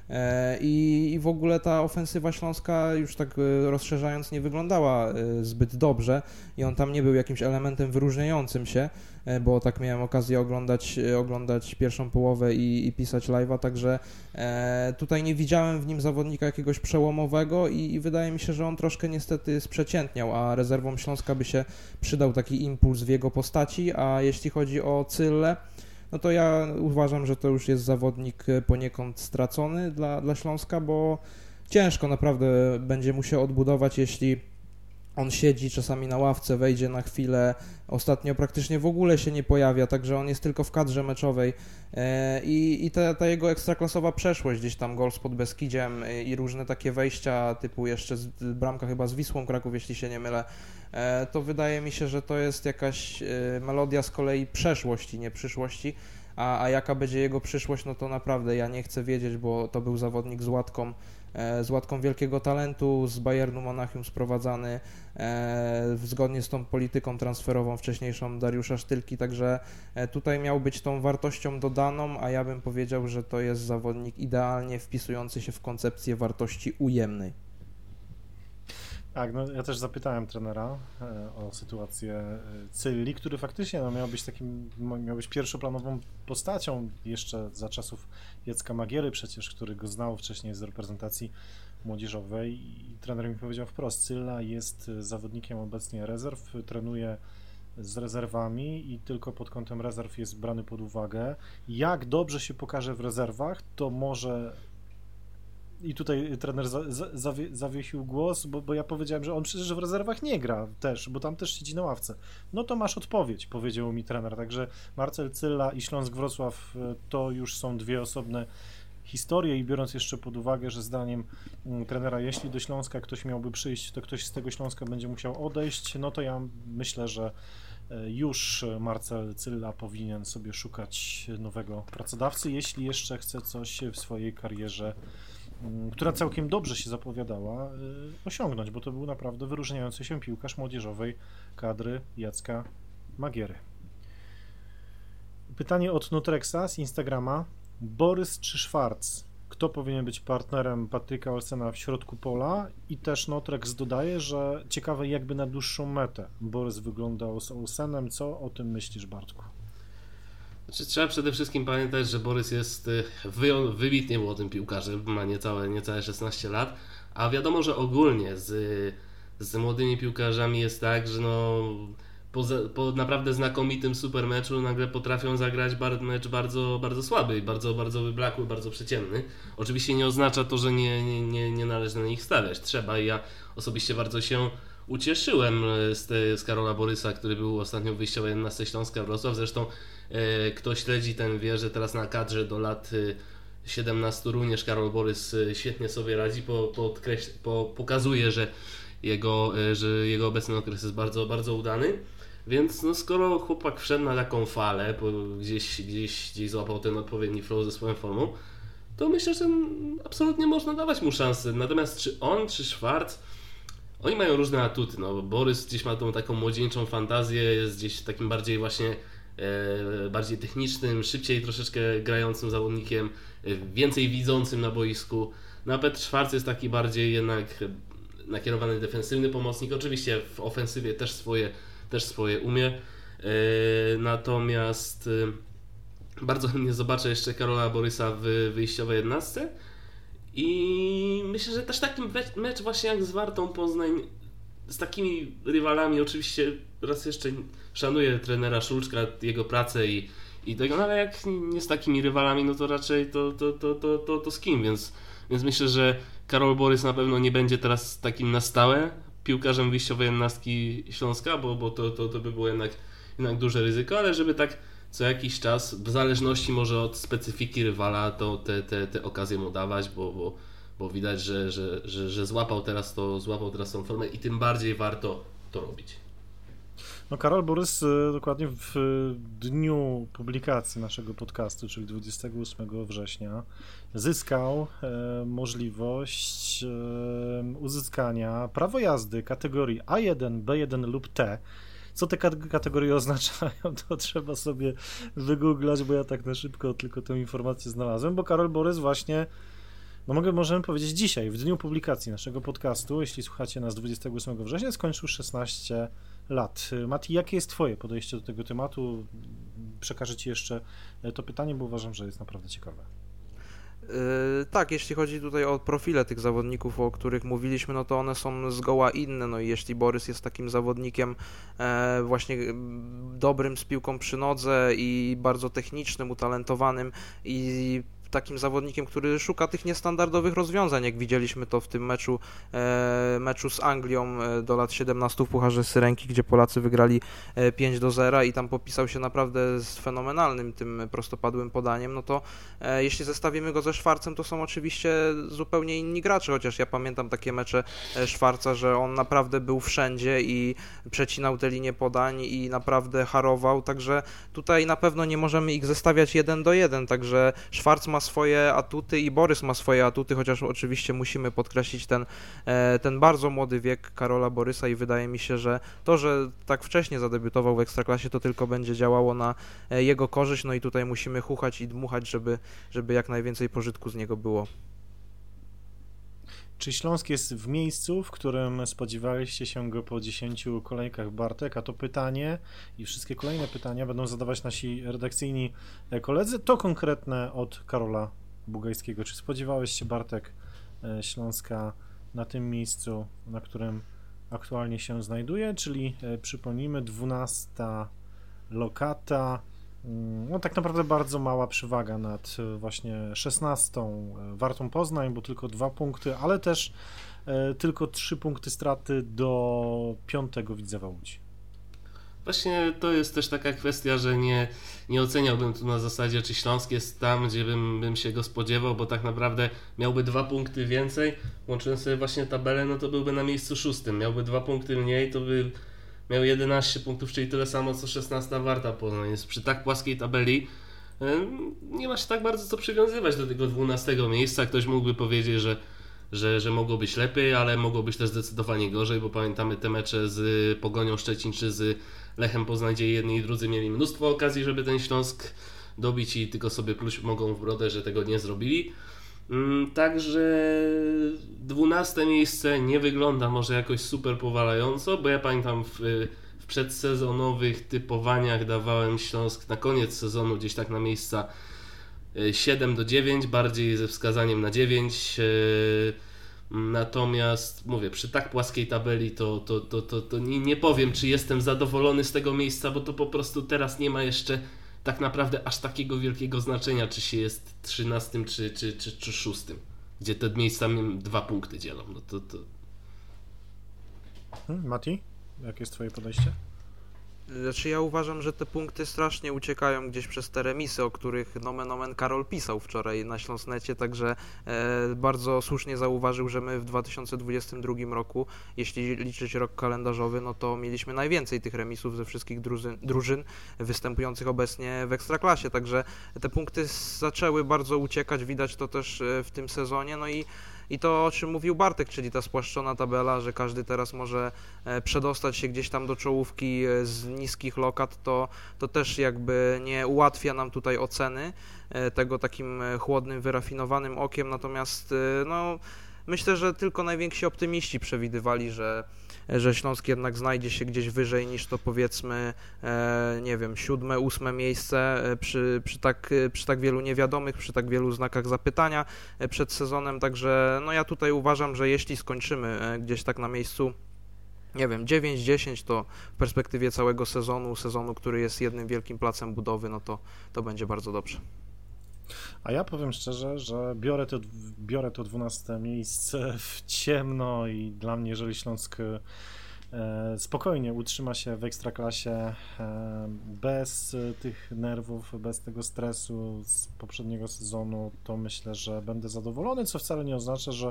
I w ogóle ta ofensywa śląska już tak rozszerzając nie wyglądała zbyt dobrze i on tam nie był jakimś elementem wyróżniającym się, bo tak miałem okazję oglądać pierwszą połowę i pisać live'a, także tutaj nie widziałem w nim zawodnika jakiegoś przełomowego i wydaje mi się, że on troszkę niestety sprzeciętniał, a rezerwom Śląska by się przydał taki impuls w jego postaci, a jeśli chodzi o Cyllę, no to ja uważam, że to już jest zawodnik poniekąd stracony dla Śląska, bo ciężko naprawdę będzie mu się odbudować, jeśli on siedzi czasami na ławce, wejdzie na chwilę, ostatnio praktycznie w ogóle się nie pojawia, także on jest tylko w kadrze meczowej i ta jego ekstraklasowa przeszłość, gdzieś tam gol spod Beskidziem i różne takie wejścia typu jeszcze bramka chyba z Wisłą Kraków, jeśli się nie mylę, to wydaje mi się, że to jest jakaś melodia z kolei przeszłości, nie przyszłości, a jaka będzie jego przyszłość, no to naprawdę ja nie chcę wiedzieć, bo to był zawodnik z łatką wielkiego talentu, z Bayernu Monachium sprowadzany, zgodnie z tą polityką transferową wcześniejszą Dariusza Sztylki, także tutaj miał być tą wartością dodaną, a ja bym powiedział, że to jest zawodnik idealnie wpisujący się w koncepcję wartości ujemnej. Tak, no ja też zapytałem trenera o sytuację Cylli, który faktycznie miał być pierwszoplanową postacią jeszcze za czasów Jacka Magiery przecież, który go znał wcześniej z reprezentacji młodzieżowej i trener mi powiedział wprost, Cylla jest zawodnikiem obecnie rezerw, trenuje z rezerwami i tylko pod kątem rezerw jest brany pod uwagę. Jak dobrze się pokaże w rezerwach, to może... I tutaj trener zawiesił głos, bo ja powiedziałem, że on przecież w rezerwach nie gra też, bo tam też siedzi na ławce. No to masz odpowiedź, powiedział mi trener. Także Marcel Cylla i Śląsk Wrocław to już są dwie osobne historie i biorąc jeszcze pod uwagę, że zdaniem trenera, jeśli do Śląska ktoś miałby przyjść, to ktoś z tego Śląska będzie musiał odejść, no to ja myślę, że już Marcel Cylla powinien sobie szukać nowego pracodawcy, jeśli jeszcze chce coś w swojej karierze, która całkiem dobrze się zapowiadała, osiągnąć, bo to był naprawdę wyróżniający się piłkarz młodzieżowej kadry Jacka Magiery. Pytanie od Nutrexa z Instagrama. Borys czy Schwarz? Kto powinien być partnerem Patryka Olsena w środku pola? I też Nutrex dodaje, że ciekawe jakby na dłuższą metę Borys wyglądał z Olsenem. Co o tym myślisz, Bartku? Trzeba przede wszystkim pamiętać, że Borys jest wybitnie młodym piłkarzem, ma niecałe 16 lat, a wiadomo, że ogólnie z młodymi piłkarzami jest tak, że po naprawdę znakomitym super meczu nagle potrafią zagrać mecz bardzo, bardzo słaby, bardzo, bardzo wyblakły, bardzo przeciętny. Oczywiście nie oznacza to, że nie należy na nich stawiać. Trzeba i ja osobiście bardzo się ucieszyłem z Karola Borysa, który był ostatnio w wyjściowej 11 Śląska Wrocław. Zresztą kto śledzi, ten wie, że teraz na kadrze do lat 17 również Karol Borys świetnie sobie radzi, pokazuje, że jego obecny okres jest bardzo, bardzo udany. Więc skoro chłopak wszedł na taką falę, gdzieś złapał ten odpowiedni flow ze swoją formą, to myślę, że absolutnie można dawać mu szansę. Natomiast czy on, czy Schwarz, oni mają różne atuty. Borys gdzieś ma tą taką młodzieńczą fantazję, jest gdzieś takim bardziej właśnie bardziej technicznym, szybciej troszeczkę grającym zawodnikiem, więcej widzącym na boisku. A Petr Schwarz jest taki bardziej jednak nakierowany defensywny pomocnik. Oczywiście w ofensywie też swoje umie. Natomiast bardzo chętnie zobaczę jeszcze Karola Borysa w wyjściowej 11. I myślę, że też taki mecz właśnie jak z Wartą Poznań, z takimi rywalami, oczywiście raz jeszcze szanuję trenera Szulczka, jego pracę i i tego, no ale jak nie z takimi rywalami, no to raczej to z kim, więc myślę, że Karol Borys na pewno nie będzie teraz takim na stałe piłkarzem wyjściowej 11 Śląska, bo to by było jednak duże ryzyko, ale żeby tak co jakiś czas, w zależności może od specyfiki rywala, to te okazje mu dawać, bo widać, że złapał teraz tą formę i tym bardziej warto to robić. No Karol Borys dokładnie w dniu publikacji naszego podcastu, czyli 28 września, zyskał możliwość uzyskania prawo jazdy kategorii A1, B1 lub T. Co te kategorie oznaczają, to trzeba sobie wygooglać, bo ja tak na szybko tylko tę informację znalazłem, bo Karol Borys właśnie, no możemy powiedzieć dzisiaj, w dniu publikacji naszego podcastu, jeśli słuchacie nas 28 września, skończył 16 lat. Mati, jakie jest twoje podejście do tego tematu? Przekażę ci jeszcze to pytanie, bo uważam, że jest naprawdę ciekawe. Tak, jeśli chodzi tutaj o profile tych zawodników, o których mówiliśmy, no to one są zgoła inne, no i jeśli Borys jest takim zawodnikiem właśnie dobrym z piłką przy nodze i bardzo technicznym, utalentowanym i takim zawodnikiem, który szuka tych niestandardowych rozwiązań, jak widzieliśmy to w tym meczu z Anglią do lat 17 w Pucharze Syrenki, gdzie Polacy wygrali 5-0 i tam popisał się naprawdę z fenomenalnym tym prostopadłym podaniem, no to jeśli zestawimy go ze Szwarcem, to są oczywiście zupełnie inni gracze, chociaż ja pamiętam takie mecze Szwarca, że on naprawdę był wszędzie i przecinał te linie podań i naprawdę harował, także tutaj na pewno nie możemy ich zestawiać 1-1, także Szwarc ma swoje atuty i Borys ma swoje atuty, chociaż oczywiście musimy podkreślić ten bardzo młody wiek Karola Borysa i wydaje mi się, że to, że tak wcześnie zadebiutował w Ekstraklasie, to tylko będzie działało na jego korzyść, no i tutaj musimy chuchać i dmuchać, żeby jak najwięcej pożytku z niego było. Czy Śląsk jest w miejscu, w którym spodziewaliście się go po 10 kolejkach, Bartek? A to pytanie i wszystkie kolejne pytania będą zadawać nasi redakcyjni koledzy. To konkretne od Karola Bugajskiego. Czy spodziewałeś się, Bartek, Śląska na tym miejscu, na którym aktualnie się znajduje? Czyli przypomnijmy, 12 lokata. No tak naprawdę bardzo mała przewaga nad właśnie 16 Wartą Poznań, bo tylko 2 punkty, ale też tylko 3 punkty straty do 5 Widzewa Łódź. Właśnie to jest też taka kwestia, że nie oceniałbym tu na zasadzie, czy Śląsk jest tam, gdzie bym się go spodziewał, bo tak naprawdę miałby 2 punkty więcej, łącząc sobie właśnie tabelę, no to byłby na miejscu 6. Miałby 2 punkty mniej, to by miał 11 punktów, czyli tyle samo co 16 Warta Poznań. Jest przy tak płaskiej tabeli, nie ma się tak bardzo co przywiązywać do tego 12 miejsca. Ktoś mógłby powiedzieć, że mogło być lepiej, ale mogło być też zdecydowanie gorzej, bo pamiętamy te mecze z Pogonią Szczecin czy z Lechem Poznań, gdzie jedni i drudzy mieli mnóstwo okazji, żeby ten Śląsk dobić i tylko sobie pluć mogą w brodę, że tego nie zrobili. Także 12 miejsce nie wygląda może jakoś super powalająco, bo ja pamiętam w przedsezonowych typowaniach dawałem Śląsk na koniec sezonu gdzieś tak na miejsca 7-9, bardziej ze wskazaniem na 9. Natomiast mówię, przy tak płaskiej tabeli to nie powiem, czy jestem zadowolony z tego miejsca, bo to po prostu teraz nie ma jeszcze tak naprawdę aż takiego wielkiego znaczenia, czy się jest 13 czy 6, gdzie te miejsca 2 punkty dzielą. No to... Mati, jakie jest twoje podejście? Znaczy ja uważam, że te punkty strasznie uciekają gdzieś przez te remisy, o których nomen omen Karol pisał wczoraj na Śląsnecie, także bardzo słusznie zauważył, że my w 2022 roku, jeśli liczyć rok kalendarzowy, no to mieliśmy najwięcej tych remisów ze wszystkich drużyn występujących obecnie w Ekstraklasie, także te punkty zaczęły bardzo uciekać, widać to też w tym sezonie, no i to, o czym mówił Bartek, czyli ta spłaszczona tabela, że każdy teraz może przedostać się gdzieś tam do czołówki z niskich lokat, to też jakby nie ułatwia nam tutaj oceny tego takim chłodnym, wyrafinowanym okiem, natomiast no, myślę, że tylko najwięksi optymiści przewidywali, że Śląsk jednak znajdzie się gdzieś wyżej niż to powiedzmy, nie wiem, 7., 8. miejsce przy tak wielu niewiadomych, przy tak wielu znakach zapytania przed sezonem, także no ja tutaj uważam, że jeśli skończymy gdzieś tak na miejscu nie wiem, 9-10 to w perspektywie całego sezonu, który jest jednym wielkim placem budowy, no to będzie bardzo dobrze. A ja powiem szczerze, że biorę to 12 miejsce w ciemno i dla mnie, jeżeli Śląsk spokojnie utrzyma się w Ekstraklasie bez tych nerwów, bez tego stresu z poprzedniego sezonu, to myślę, że będę zadowolony, co wcale nie oznacza, że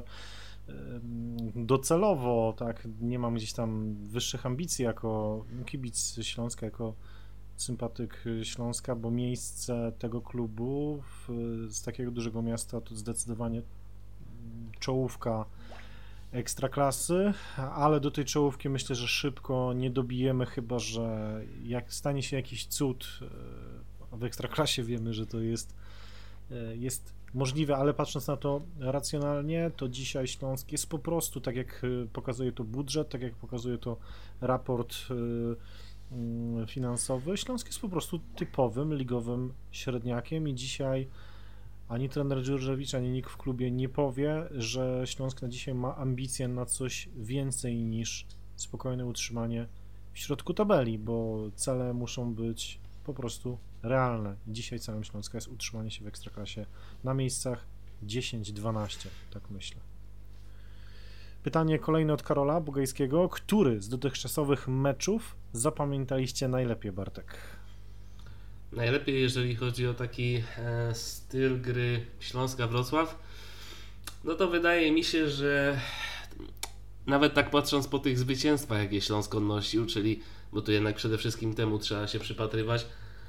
docelowo tak nie mam gdzieś tam wyższych ambicji jako kibic Śląska, jako sympatyk Śląska, bo miejsce tego klubu z takiego dużego miasta to zdecydowanie czołówka Ekstraklasy, ale do tej czołówki myślę, że szybko nie dobijemy, chyba że jak stanie się jakiś cud, w Ekstraklasie wiemy, że to jest możliwe, ale patrząc na to racjonalnie, to dzisiaj Śląsk jest po prostu, tak jak pokazuje to budżet, tak jak pokazuje to raport finansowy, Śląsk jest po prostu typowym ligowym średniakiem i dzisiaj ani trener Dżurżewicz, ani nikt w klubie nie powie, że Śląsk na dzisiaj ma ambicje na coś więcej niż spokojne utrzymanie w środku tabeli, bo cele muszą być po prostu realne. Dzisiaj celem Śląska jest utrzymanie się w Ekstraklasie na miejscach 10-12, tak myślę. Pytanie kolejne od Karola Bugajskiego. Który z dotychczasowych meczów zapamiętaliście najlepiej, Bartek? Najlepiej, jeżeli chodzi o taki styl gry Śląska-Wrocław, no to wydaje mi się, że nawet tak patrząc po tych zwycięstwach, jakie Śląsk odnosił, czyli, bo tu jednak przede wszystkim temu trzeba się przypatrywać,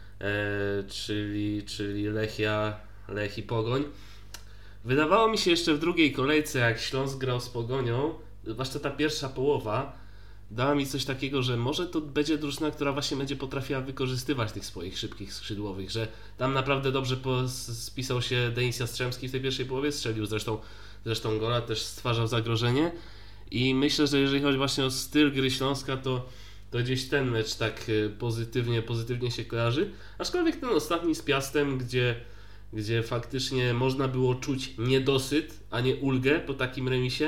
czyli Lech i Pogoń. Wydawało mi się jeszcze w drugiej kolejce, jak Śląsk grał z Pogonią, zwłaszcza ta pierwsza połowa, dała mi coś takiego, że może to będzie drużyna, która właśnie będzie potrafiła wykorzystywać tych swoich szybkich skrzydłowych, że tam naprawdę dobrze spisał się Denis Jastrzębski w tej pierwszej połowie, strzelił zresztą gola, też stwarzał zagrożenie i myślę, że jeżeli chodzi właśnie o styl gry Śląska, to gdzieś ten mecz tak pozytywnie się kojarzy, aczkolwiek ten ostatni z Piastem, gdzie faktycznie można było czuć niedosyt, a nie ulgę po takim remisie,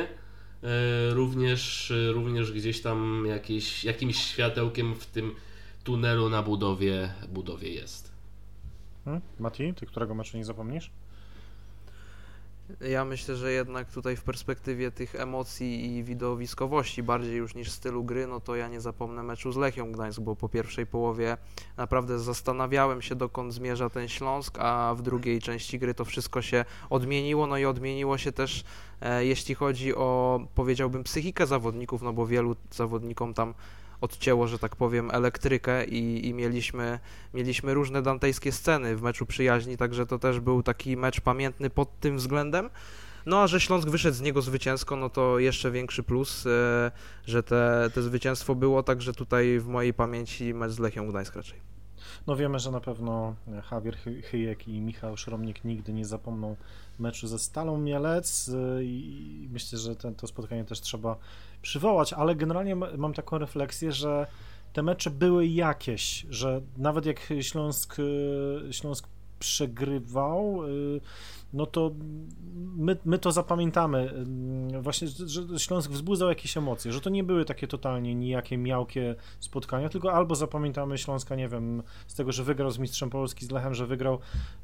również gdzieś tam jakimś światełkiem w tym tunelu na budowie jest. Mati, ty którego meczu nie zapomnisz? Ja myślę, że jednak tutaj w perspektywie tych emocji i widowiskowości bardziej już niż stylu gry, no to ja nie zapomnę meczu z Lechią Gdańsk, bo po pierwszej połowie naprawdę zastanawiałem się, dokąd zmierza ten Śląsk, a w drugiej części gry to wszystko się odmieniło, no i odmieniło się też jeśli chodzi o, powiedziałbym, psychikę zawodników, no bo wielu zawodnikom tam odcięło, że tak powiem, elektrykę i mieliśmy różne dantejskie sceny w meczu przyjaźni, także to też był taki mecz pamiętny pod tym względem. No a że Śląsk wyszedł z niego zwycięsko, no to jeszcze większy plus, że te zwycięstwo było, także tutaj w mojej pamięci mecz z Lechią Gdańsk raczej. No wiemy, że na pewno Javier Chyjek i Michał Szromnik nigdy nie zapomną meczu ze Stalą Mielec i myślę, że to spotkanie też trzeba przywołać, ale generalnie mam taką refleksję, że te mecze były jakieś, że nawet jak Śląsk przegrywał, no to my to zapamiętamy właśnie, że Śląsk wzbudzał jakieś emocje, że to nie były takie totalnie nijakie, miałkie spotkania, tylko albo zapamiętamy Śląska, nie wiem, z tego, że wygrał z Mistrzem Polski, z Lechem, że wygrał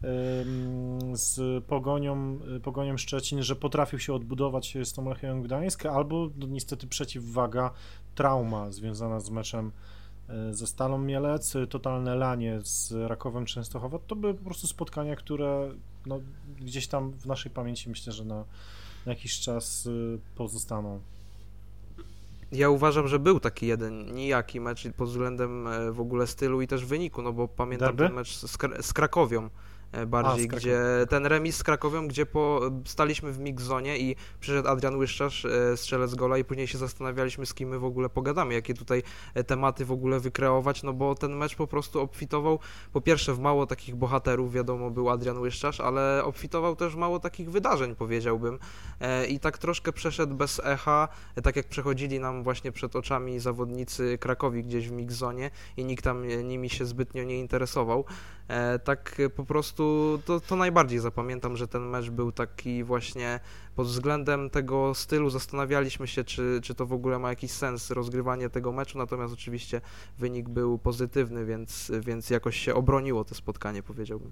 z Pogonią Szczecin, że potrafił się odbudować z tą Lechią Gdańsk, albo no, niestety przeciwwaga, trauma związana z meczem ze Stalą Mielec, totalne lanie z Rakowem Częstochowa, to były po prostu spotkania, które no, gdzieś tam w naszej pamięci myślę, że na jakiś czas pozostaną. Ja uważam, że był taki jeden nijaki mecz pod względem w ogóle stylu i też wyniku, no bo pamiętam Derby? ten mecz z Krakowią bardziej, gdzie ten remis z Krakowią, gdzie staliśmy w mix zone i przyszedł Adrian Łyszczarz, strzelec gola i później się zastanawialiśmy, z kim my w ogóle pogadamy, jakie tutaj tematy w ogóle wykreować, no bo ten mecz po prostu obfitował, po pierwsze w mało takich bohaterów, wiadomo, był Adrian Łyszczarz, ale obfitował też w mało takich wydarzeń, powiedziałbym, i tak troszkę przeszedł bez echa, tak jak przechodzili nam właśnie przed oczami zawodnicy Krakowi gdzieś w mix zone i nikt tam nimi się zbytnio nie interesował. Tak po prostu to najbardziej zapamiętam, że ten mecz był taki właśnie pod względem tego stylu. Zastanawialiśmy się, czy to w ogóle ma jakiś sens rozgrywanie tego meczu, natomiast oczywiście wynik był pozytywny, więc jakoś się obroniło to spotkanie, powiedziałbym.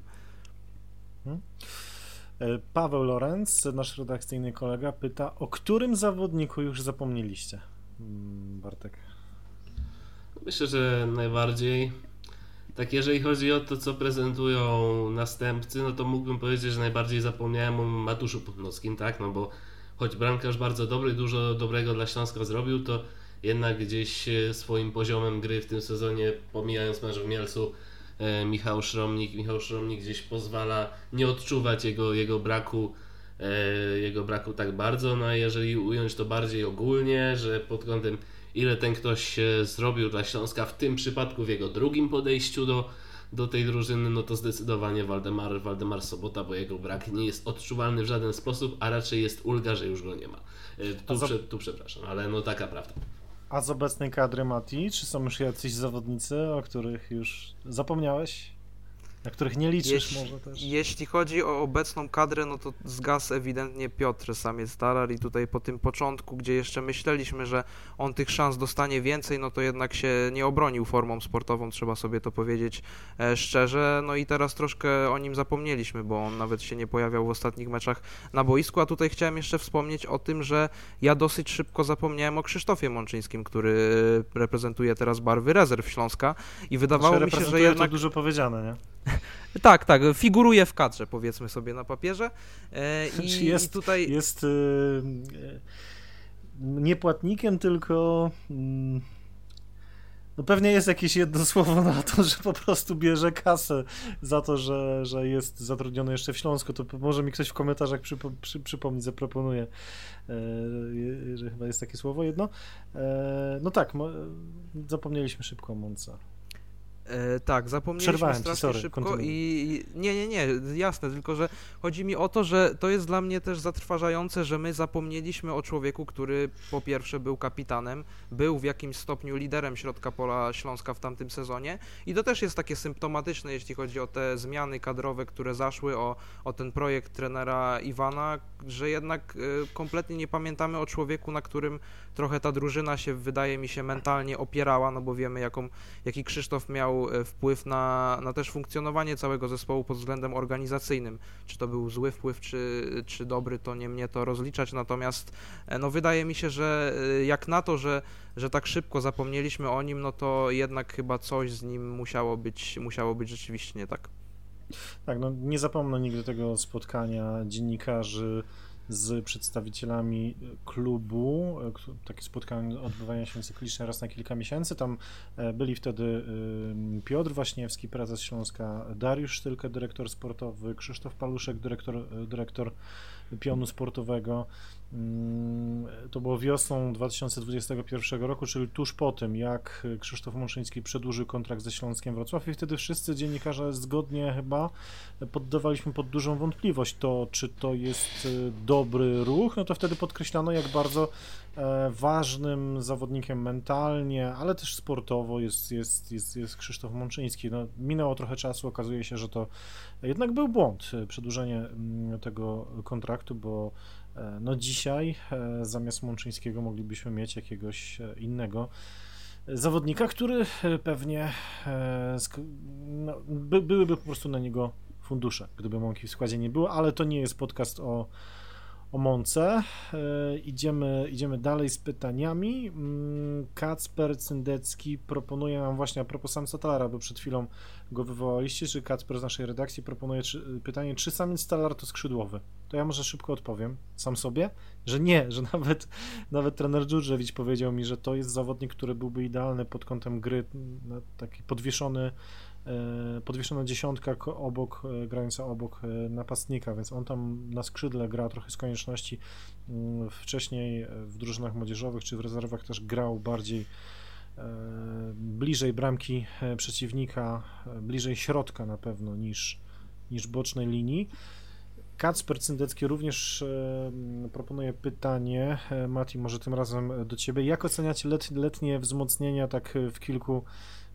Paweł Lorenz, nasz redakcyjny kolega, pyta, o którym zawodniku już zapomnieliście? Bartek. Myślę, że najbardziej. Tak, jeżeli chodzi o to, co prezentują następcy, no to mógłbym powiedzieć, że najbardziej zapomniałem o Matuszu Putnowskim, tak? No bo choć bramkarz bardzo dobry, dużo dobrego dla Śląska zrobił, to jednak gdzieś swoim poziomem gry w tym sezonie, pomijając mecz w Mielcu, Michał Szromnik gdzieś pozwala nie odczuwać jego braku tak bardzo. No a jeżeli ująć to bardziej ogólnie, że pod kątem ile ten ktoś zrobił dla Śląska w tym przypadku w jego drugim podejściu do tej drużyny, no to zdecydowanie Waldemar Sobota, bo jego brak nie jest odczuwalny w żaden sposób, a raczej jest ulga, że już go nie ma. Tu przepraszam, ale no taka prawda. A z obecnej kadry, Mati, czy są już jacyś zawodnicy, o których już zapomniałeś? Na których nie liczysz może też? Jeśli chodzi o obecną kadrę, no to zgasł ewidentnie Piotr Samiec-Talar i tutaj po tym początku, gdzie jeszcze myśleliśmy, że on tych szans dostanie więcej, no to jednak się nie obronił formą sportową, trzeba sobie to powiedzieć szczerze, no i teraz troszkę o nim zapomnieliśmy, bo on nawet się nie pojawiał w ostatnich meczach na boisku, a tutaj chciałem jeszcze wspomnieć o tym, że ja dosyć szybko zapomniałem o Krzysztofie Mączyńskim, który reprezentuje teraz barwy rezerw Śląska i wydawało mi się, że jednak... to dużo powiedziane, nie? Tak, figuruje w kadrze, powiedzmy sobie na papierze. I tutaj jest nie płatnikiem, tylko no pewnie jest jakieś jedno słowo na to, że po prostu bierze kasę za to, że jest zatrudniony jeszcze w Śląsku. To może mi ktoś w komentarzach przypomni, zaproponuje, że chyba jest takie słowo jedno. No tak, zapomnieliśmy szybko o Mące. Tak, zapomnieliśmy strasznie szybko kontynuuj. i nie, jasne, tylko że chodzi mi o to, że to jest dla mnie też zatrważające, że my zapomnieliśmy o człowieku, który po pierwsze był kapitanem, był w jakimś stopniu liderem środka pola Śląska w tamtym sezonie i to też jest takie symptomatyczne, jeśli chodzi o te zmiany kadrowe, które zaszły, o ten projekt trenera Iwana, że jednak kompletnie nie pamiętamy o człowieku, na którym trochę ta drużyna się, wydaje mi się, mentalnie opierała, no bo wiemy, jaki Krzysztof miał wpływ na też funkcjonowanie całego zespołu pod względem organizacyjnym. Czy to był zły wpływ, czy dobry, to nie mnie to rozliczać, natomiast no wydaje mi się, że jak na to, że tak szybko zapomnieliśmy o nim, no to jednak chyba coś z nim musiało być rzeczywiście nie tak. Tak, no nie zapomnę nigdy tego spotkania dziennikarzy z przedstawicielami klubu. Takie spotkania odbywają się cyklicznie raz na kilka miesięcy. Tam byli wtedy Piotr Waśniewski, prezes Śląska, Dariusz Sztylkę, dyrektor sportowy, Krzysztof Paluszek, dyrektor pionu sportowego. To było wiosną 2021 roku, czyli tuż po tym, jak Krzysztof Mączyński przedłużył kontrakt ze Śląskiem Wrocław i wtedy wszyscy dziennikarze zgodnie chyba poddawaliśmy pod dużą wątpliwość to, czy to jest dobry ruch, no to wtedy podkreślano, jak bardzo ważnym zawodnikiem mentalnie, ale też sportowo jest Krzysztof Mączyński. No, minęło trochę czasu, okazuje się, że to jednak był błąd, przedłużenie tego kontraktu, bo no dzisiaj zamiast Mączyńskiego moglibyśmy mieć jakiegoś innego zawodnika, który pewnie byłyby po prostu na niego fundusze, gdyby Mąki w składzie nie było, ale to nie jest podcast o Mące. Idziemy dalej z pytaniami. Kacper Cyndecki proponuje nam właśnie a propos Samiec-Talara, bo przed chwilą go wywołaliście, czy Kacper z naszej redakcji proponuje pytanie, czy Samiec-Talar to skrzydłowy? To ja może szybko odpowiem sam sobie, że nie, że nawet trener Dżurdżewicz powiedział mi, że to jest zawodnik, który byłby idealny pod kątem gry, taki podwieszona dziesiątka grająca obok napastnika, więc on tam na skrzydle gra trochę z konieczności. Wcześniej w drużynach młodzieżowych czy w rezerwach też grał bardziej bliżej bramki przeciwnika, bliżej środka na pewno niż bocznej linii. Kacper Cyndecki również proponuje pytanie, Mati, może tym razem do Ciebie. Jak oceniacie letnie wzmocnienia tak w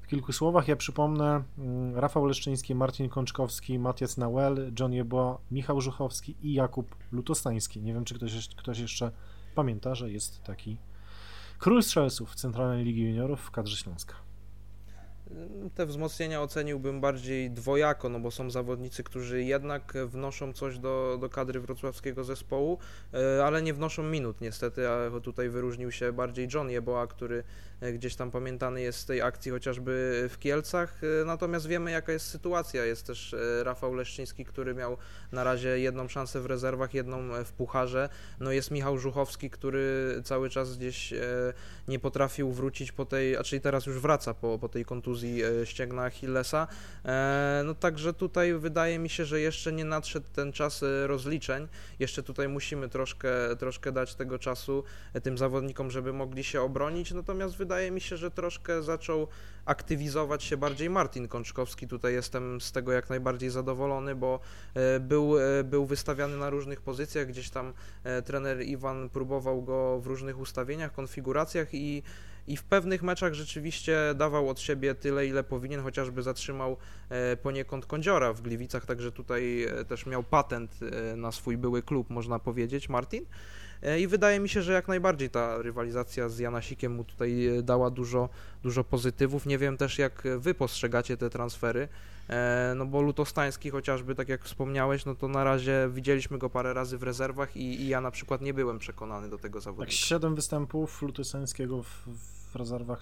w kilku słowach. Ja przypomnę: Rafał Leszczyński, Marcin Kączkowski, Matias Nauel, John Jeboa, Michał Żuchowski i Jakub Lutostański. Nie wiem, czy ktoś jeszcze pamięta, że jest taki król strzelców Centralnej Ligi Juniorów w kadrze Śląska. Te wzmocnienia oceniłbym bardziej dwojako, no bo są zawodnicy, którzy jednak wnoszą coś do kadry wrocławskiego zespołu, ale nie wnoszą minut niestety, a tutaj wyróżnił się bardziej John Jeboa, który gdzieś tam pamiętany jest z tej akcji chociażby w Kielcach, natomiast wiemy, jaka jest sytuacja. Jest też Rafał Leszczyński, który miał na razie jedną szansę w rezerwach, jedną w pucharze. No jest Michał Żuchowski, który cały czas gdzieś nie potrafił wrócić po tej, a czyli teraz już wraca po tej kontuzji ścięgna Achillesa. No także tutaj wydaje mi się, że jeszcze nie nadszedł ten czas rozliczeń. Jeszcze tutaj musimy troszkę dać tego czasu tym zawodnikom, żeby mogli się obronić. Natomiast wydaje mi się, że troszkę zaczął aktywizować się bardziej Martin Kączkowski. Tutaj jestem z tego jak najbardziej zadowolony, bo był wystawiany na różnych pozycjach. Gdzieś tam trener Iwan próbował go w różnych ustawieniach, konfiguracjach i w pewnych meczach rzeczywiście dawał od siebie tyle, ile powinien, chociażby zatrzymał poniekąd Kądziora w Gliwicach, także tutaj też miał patent na swój były klub, można powiedzieć, Martin. I wydaje mi się, że jak najbardziej ta rywalizacja z Janasikiem mu tutaj dała dużo pozytywów. Nie wiem też, jak wy postrzegacie te transfery, no bo Lutostański chociażby, tak jak wspomniałeś, no to na razie widzieliśmy go parę razy w rezerwach i ja na przykład nie byłem przekonany do tego zawodnika. Tak, 7 występów Lutostańskiego w rezerwach,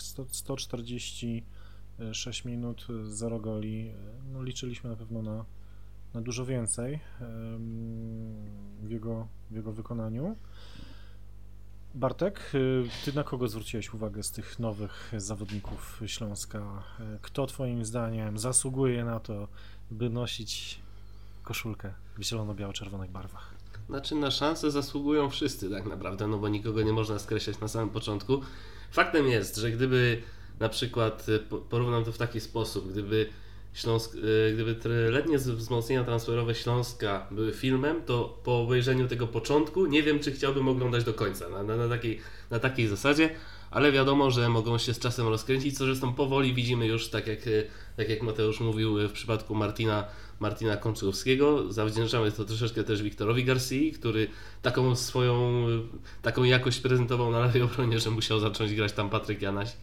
146 minut, 0 goli. No, liczyliśmy na pewno na dużo więcej w jego wykonaniu. Bartek, ty na kogo zwróciłeś uwagę z tych nowych zawodników Śląska? Kto twoim zdaniem zasługuje na to, by nosić koszulkę w zielono-biało-czerwonych barwach? Znaczy na szansę zasługują wszyscy tak naprawdę, no bo nikogo nie można skreślać na samym początku. Faktem jest, że gdyby na przykład, porównam to w taki sposób, gdyby letnie wzmocnienia transferowe Śląska były filmem, to po obejrzeniu tego początku nie wiem, czy chciałbym oglądać do końca na takiej zasadzie, ale wiadomo, że mogą się z czasem rozkręcić, co zresztą powoli widzimy już, tak jak Mateusz mówił w przypadku Martina Kączkowskiego. Zawdzięczamy to troszeczkę też Wiktorowi Garcii, który taką jakość prezentował na lewej obronie, że musiał zacząć grać tam Patryk Janasik.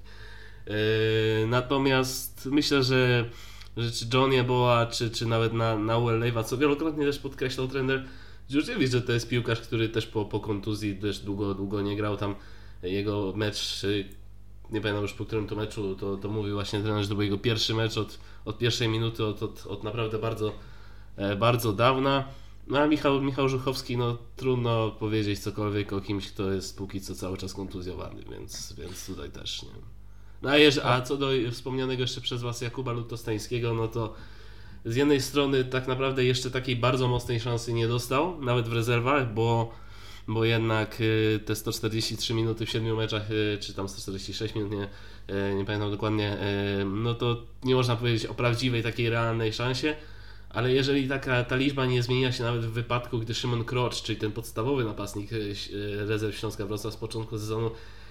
Natomiast myślę, że czy John Jeboa, czy nawet Nauel Lejwa, co wielokrotnie też podkreślał trener Dżurdziewicz, że to jest piłkarz, który też po kontuzji też długo nie grał. Tam jego mecz, nie pamiętam już po którym to meczu, to mówił właśnie trener, że to był jego pierwszy mecz od pierwszej minuty, od naprawdę bardzo, bardzo dawna. No a Michał Żuchowski, no trudno powiedzieć cokolwiek o kimś, kto jest póki co cały czas kontuzjowany, więc tutaj też nie wiem. No a co do wspomnianego jeszcze przez was Jakuba Lutostańskiego, no to z jednej strony tak naprawdę jeszcze takiej bardzo mocnej szansy nie dostał, nawet w rezerwach, bo jednak te 143 minuty w 7 meczach, czy tam 146 minut, nie pamiętam dokładnie, no to nie można powiedzieć o prawdziwej takiej realnej szansie, ale jeżeli ta liczba nie zmienia się nawet w wypadku, gdy Szymon Krocz, czyli ten podstawowy napastnik rezerw Śląska Wrocław z początku sezonu,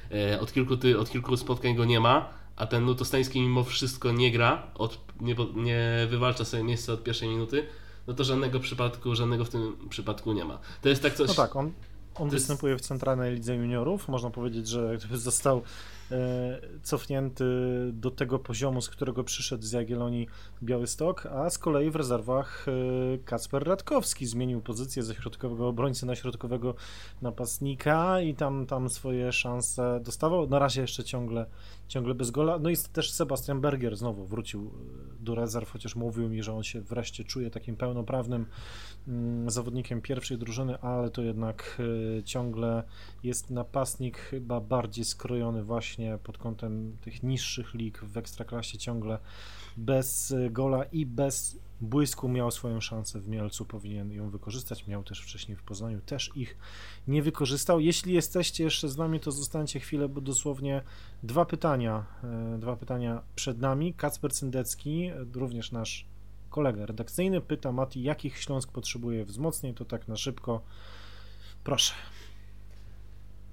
od kilku spotkań go nie ma, a ten Lutostański mimo wszystko nie gra, nie wywalcza sobie miejsca od pierwszej minuty, no to żadnego w tym przypadku nie ma. To jest tak coś... No tak, on występuje w Centralnej Lidze Juniorów. Można powiedzieć, że został cofnięty do tego poziomu, z którego przyszedł z Jagiellonii Białystok, a z kolei w rezerwach Kacper Radkowski zmienił pozycję ze środkowego obrońcy na środkowego napastnika i tam swoje szanse dostawał. Na razie jeszcze ciągle bez gola. No i też Sebastian Bergier znowu wrócił do rezerw, chociaż mówił mi, że on się wreszcie czuje takim pełnoprawnym zawodnikiem pierwszej drużyny, ale to jednak ciągle jest napastnik chyba bardziej skrojony właśnie pod kątem tych niższych lig w Ekstraklasie, ciągle bez gola i bez błysku. Miał swoją szansę w Mielcu, powinien ją wykorzystać, miał też wcześniej w Poznaniu, też ich nie wykorzystał. Jeśli jesteście jeszcze z nami, to zostańcie chwilę, bo dosłownie dwa pytania przed nami. Kacper Cyndecki, również nasz kolega redakcyjny, pyta: Mati, jakich Śląsk potrzebuje wzmocnień? To tak na szybko, proszę.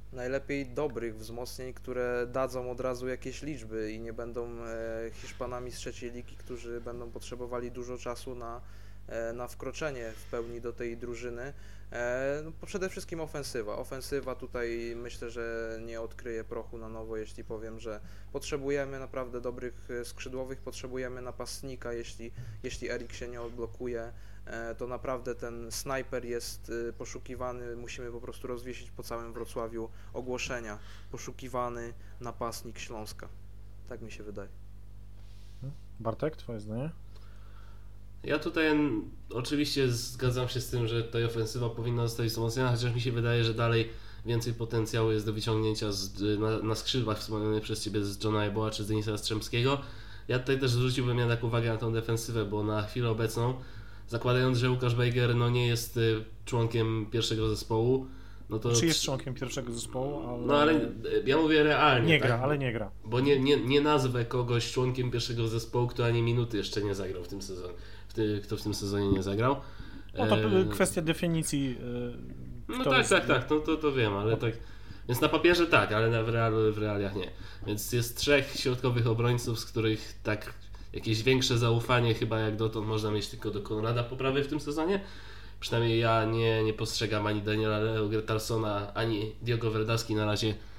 najlepiej dobrych wzmocnień, które dadzą od razu jakieś liczby i nie będą Hiszpanami z trzeciej ligi, którzy będą potrzebowali dużo czasu na wkroczenie w pełni do tej drużyny. No, przede wszystkim ofensywa. Ofensywa tutaj myślę, że nie odkryje prochu na nowo, jeśli powiem, że potrzebujemy naprawdę dobrych skrzydłowych, potrzebujemy napastnika, jeśli Erik się nie odblokuje, to naprawdę ten snajper jest poszukiwany, musimy po prostu rozwiesić po całym Wrocławiu ogłoszenia. Poszukiwany napastnik Śląska. Tak mi się wydaje. Bartek, twoje zdanie? Ja tutaj oczywiście zgadzam się z tym, że ta ofensywa powinna zostać wzmocniona, chociaż mi się wydaje, że dalej więcej potencjału jest do wyciągnięcia na skrzydłach wspomnianych przez Ciebie z Johna Eboła czy z Denisa Jastrzębskiego. Ja tutaj też zwróciłbym jednak uwagę na tą defensywę, bo na chwilę obecną, zakładając, że Łukasz Bejger nie jest członkiem pierwszego zespołu, no to... Czy jest członkiem pierwszego zespołu, ale... No ale ja mówię realnie. Nie tak? gra, ale nie gra. Bo nie nazwę kogoś członkiem pierwszego zespołu, kto ani minuty jeszcze nie zagrał w tym sezonie. Kto w tym sezonie nie zagrał. No to kwestia definicji. No tak, to wiem, ale tak. Więc na papierze tak, ale w realiach nie. Więc jest 3 środkowych obrońców, z których tak jakieś większe zaufanie chyba jak dotąd można mieć tylko do Konrada Poprawy w tym sezonie. Przynajmniej ja nie postrzegam ani Daniela Gretalsona, ani Diogo Verdawski na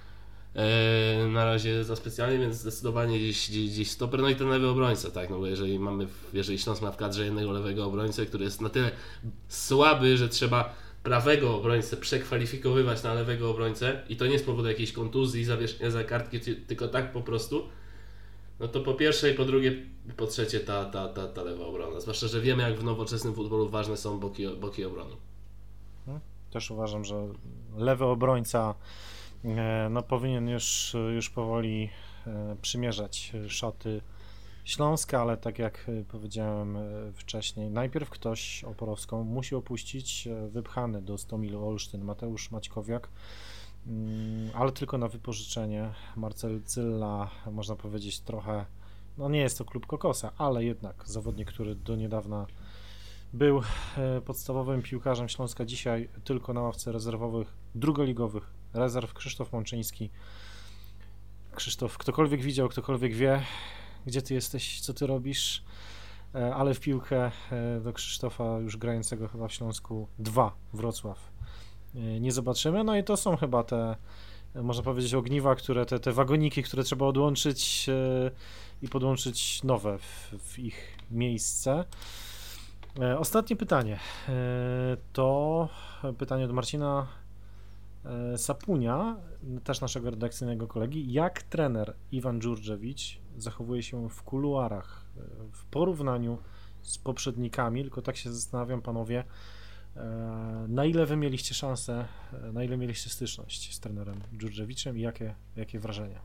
razie za specjalnie, więc zdecydowanie gdzieś stoper, no i ten lewy obrońca, tak, no bo jeżeli Śląsk ma w kadrze jednego lewego obrońcę, który jest na tyle słaby, że trzeba prawego obrońcę przekwalifikowywać na lewego obrońcę i to nie z powodu jakiejś kontuzji, zawieszenia za kartki, tylko tak po prostu, no to po pierwsze i po drugie, po trzecie ta lewa obrona, zwłaszcza, że wiemy jak w nowoczesnym futbolu ważne są boki obrony. Też uważam, że lewy obrońca powinien już powoli przymierzać szaty Śląska, ale tak jak powiedziałem wcześniej, najpierw ktoś Oporowską musi opuścić, wypchany do Stomilu Olsztyn Mateusz Maćkowiak, ale tylko na wypożyczenie. Marcel Cylla, można powiedzieć trochę, no nie jest to klub kokosa, ale jednak zawodnik, który do niedawna był podstawowym piłkarzem Śląska, dzisiaj tylko na ławce rezerwowych, drugoligowych rezerw. Krzysztof Mączyński. Krzysztof, ktokolwiek widział, ktokolwiek wie, gdzie ty jesteś, co ty robisz, ale w piłkę do Krzysztofa już grającego chyba w Śląsku 2 Wrocław nie zobaczymy. No i to są chyba te, można powiedzieć, ogniwa, które te wagoniki, które trzeba odłączyć i podłączyć nowe w ich miejsce. Ostatnie pytanie to pytanie do Marcina Sapunia, też naszego redakcyjnego kolegi. Jak trener Iwan Dżurdżewicz zachowuje się w kuluarach w porównaniu z poprzednikami? Tylko tak się zastanawiam, panowie, na ile wy mieliście szansę, na ile mieliście styczność z trenerem Dżurdżewiczem i jakie wrażenia?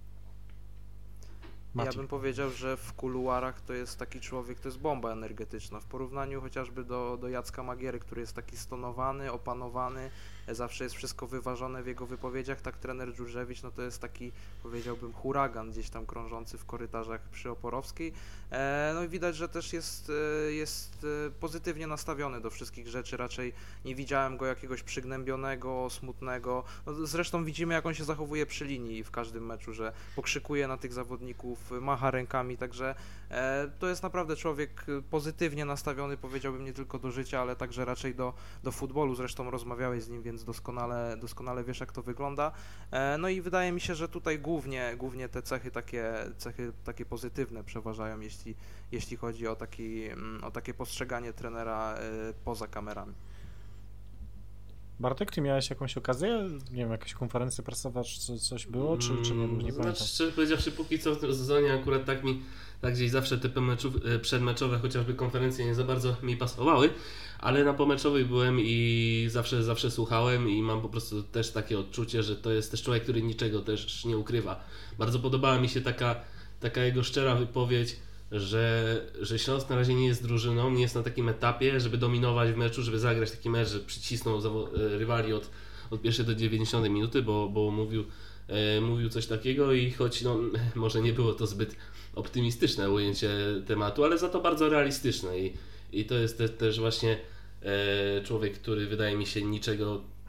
Ja bym powiedział, że w kuluarach to jest taki człowiek, to jest bomba energetyczna. W porównaniu chociażby do Jacka Magiery, który jest taki stonowany, opanowany, zawsze jest wszystko wyważone w jego wypowiedziach, tak trener Dżurdżewicz, no to jest taki, powiedziałbym, huragan gdzieś tam krążący w korytarzach przy Oporowskiej. No i widać, że też jest pozytywnie nastawiony do wszystkich rzeczy, raczej nie widziałem go jakiegoś przygnębionego, smutnego. No zresztą widzimy, jak on się zachowuje przy linii w każdym meczu, że pokrzykuje na tych zawodników, macha rękami, także to jest naprawdę człowiek pozytywnie nastawiony, powiedziałbym, nie tylko do życia, ale także raczej do futbolu. Zresztą rozmawiałeś z nim, więc doskonale wiesz, jak to wygląda. No i wydaje mi się, że tutaj głównie te cechy takie pozytywne przeważają, jeśli chodzi o takie postrzeganie trenera poza kamerami. Bartek, ty miałeś jakąś okazję? Nie wiem, jakaś konferencja prasowa, czy coś było, czy nie pamiętam? Znaczy, szczerze powiedziawszy, póki co w tym sezonie akurat tak gdzieś zawsze te przedmeczowe, chociażby konferencje nie za bardzo mi pasowały, ale na pomeczowych byłem i zawsze słuchałem i mam po prostu też takie odczucie, że to jest też człowiek, który niczego też nie ukrywa. Bardzo podobała mi się taka jego szczera wypowiedź, że Śląsk na razie nie jest drużyną, nie jest na takim etapie, żeby dominować w meczu, żeby zagrać taki mecz, że przycisnął rywali od pierwszej do 90 minuty, bo mówił coś takiego i choć może nie było to zbyt optymistyczne ujęcie tematu, ale za to bardzo realistyczne i to jest też właśnie człowiek, który wydaje mi się niczego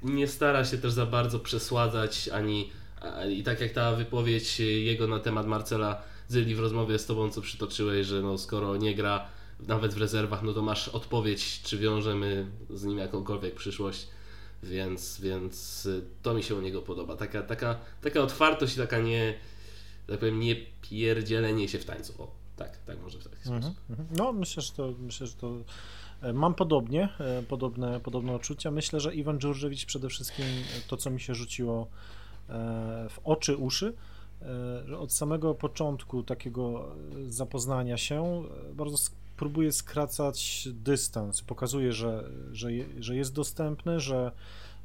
nie stara się też za bardzo przesładzać i tak jak ta wypowiedź jego na temat Marcela Zyli w rozmowie z tobą, co przytoczyłeś, że no skoro nie gra nawet w rezerwach, no to masz odpowiedź, czy wiążemy z nim jakąkolwiek przyszłość, więc to mi się u niego podoba. Taka otwartość i taka tak powiem, nie pierdzielenie się w tańcu. O, tak może w taki sposób. No myślę, że to mam podobne odczucia. Myślę, że Iwan Dżurdżewicz przede wszystkim to, co mi się rzuciło w oczy, uszy, że od samego początku takiego zapoznania się bardzo próbuje skracać dystans. Pokazuje, że jest dostępny, że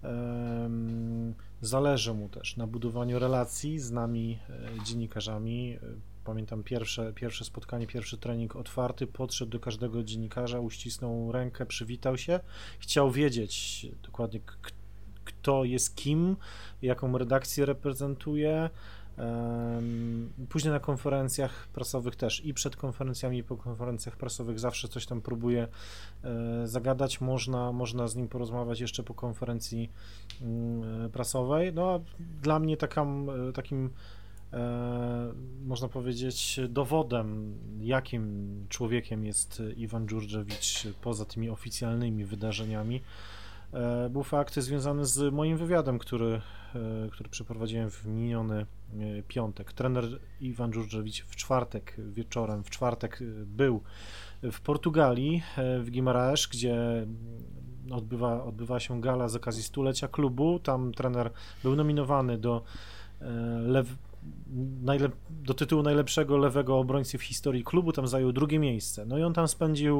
zależy mu też na budowaniu relacji z nami, dziennikarzami. Pamiętam pierwsze spotkanie, pierwszy trening otwarty, podszedł do każdego dziennikarza, uścisnął rękę, przywitał się, chciał wiedzieć dokładnie, kto jest kim, jaką redakcję reprezentuje. Później na konferencjach prasowych też i przed konferencjami i po konferencjach prasowych zawsze coś tam próbuje zagadać, można z nim porozmawiać jeszcze po konferencji prasowej. No a dla mnie takim można powiedzieć dowodem, jakim człowiekiem jest Iwan Dżurdżewicz poza tymi oficjalnymi wydarzeniami, był fakt związany z moim wywiadem, który przeprowadziłem w miniony piątek. Trener Iwan Dżurdżewicz w czwartek wieczorem, był w Portugalii, w Guimarães, gdzie odbywa się gala z okazji stulecia klubu. Tam trener był nominowany do tytułu najlepszego lewego obrońcy w historii klubu, tam zajął drugie miejsce. No i on tam spędził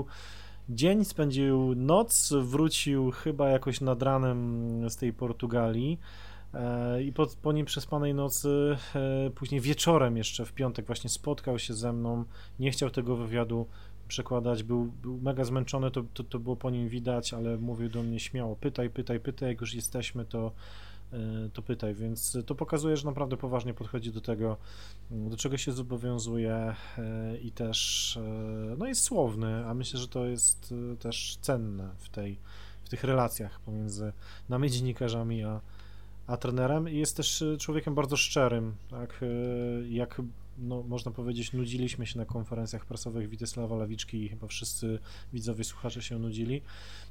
noc, wrócił chyba jakoś nad ranem z tej Portugalii i po niej przespanej nocy, później wieczorem jeszcze w piątek właśnie spotkał się ze mną, nie chciał tego wywiadu przekładać, był mega zmęczony, to było po nim widać, ale mówił do mnie śmiało, pytaj, jak już jesteśmy, to pytaj, więc to pokazuje, że naprawdę poważnie podchodzi do tego, do czego się zobowiązuje i też jest słowny, a myślę, że to jest też cenne w tych relacjach pomiędzy nami dziennikarzami a trenerem i jest też człowiekiem bardzo szczerym, tak, jak można powiedzieć, nudziliśmy się na konferencjach prasowych Witesława Lawiczki i chyba wszyscy widzowie, słuchacze się nudzili.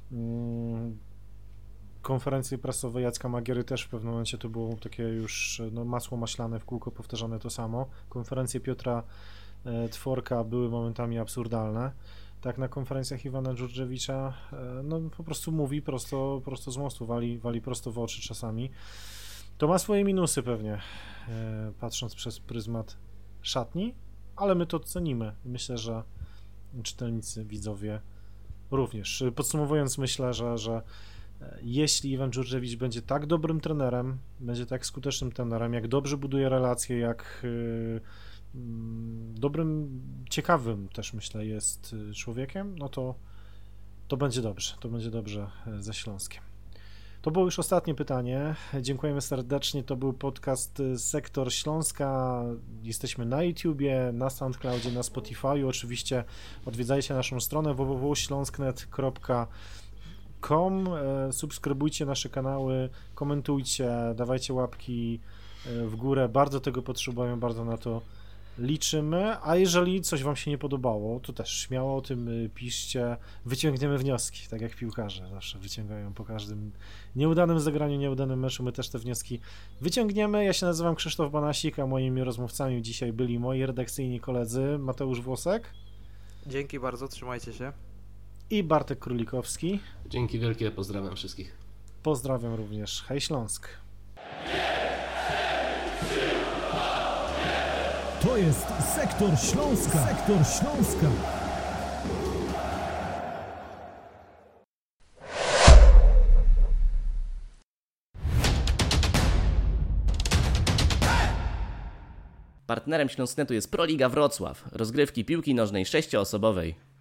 Konferencje prasowe Jacka Magiery też w pewnym momencie to było takie już masło maślane, w kółko powtarzane to samo. Konferencje Piotra Tworka były momentami absurdalne. Tak, na konferencjach Iwana Dżurdżewicza po prostu mówi prosto z mostu, wali prosto w oczy czasami. To ma swoje minusy pewnie, patrząc przez pryzmat szatni, ale my to cenimy. Myślę, że czytelnicy, widzowie również. Podsumowując, myślę, że jeśli Iwan Dżurdżewicz będzie tak dobrym trenerem, będzie tak skutecznym trenerem, jak dobrze buduje relacje, jak dobrym, ciekawym też myślę jest człowiekiem, to będzie dobrze. To będzie dobrze ze Śląskiem. To było już ostatnie pytanie. Dziękujemy serdecznie. To był podcast Sektor Śląska. Jesteśmy na YouTubie, na SoundCloudzie, na Spotify. Oczywiście odwiedzajcie naszą stronę www.śląsknet.com. Subskrybujcie nasze kanały, komentujcie, dawajcie łapki w górę. Bardzo tego potrzebujemy, bardzo na to liczymy, a jeżeli coś wam się nie podobało, to też śmiało o tym piszcie, wyciągniemy wnioski, tak jak piłkarze zawsze wyciągają po każdym nieudanym zagraniu, nieudanym meczu, my też te wnioski wyciągniemy. Ja się nazywam Krzysztof Banasik, a moimi rozmówcami dzisiaj byli moi redakcyjni koledzy Mateusz Włosek. Dzięki bardzo, trzymajcie się. I Bartek Królikowski. Dzięki wielkie, pozdrawiam wszystkich. Pozdrawiam również. Hej Śląsk. To jest Sektor Śląska. Sektor Śląska. Partnerem Śląsknetu jest Proliga Wrocław, rozgrywki piłki nożnej 6-osobowej.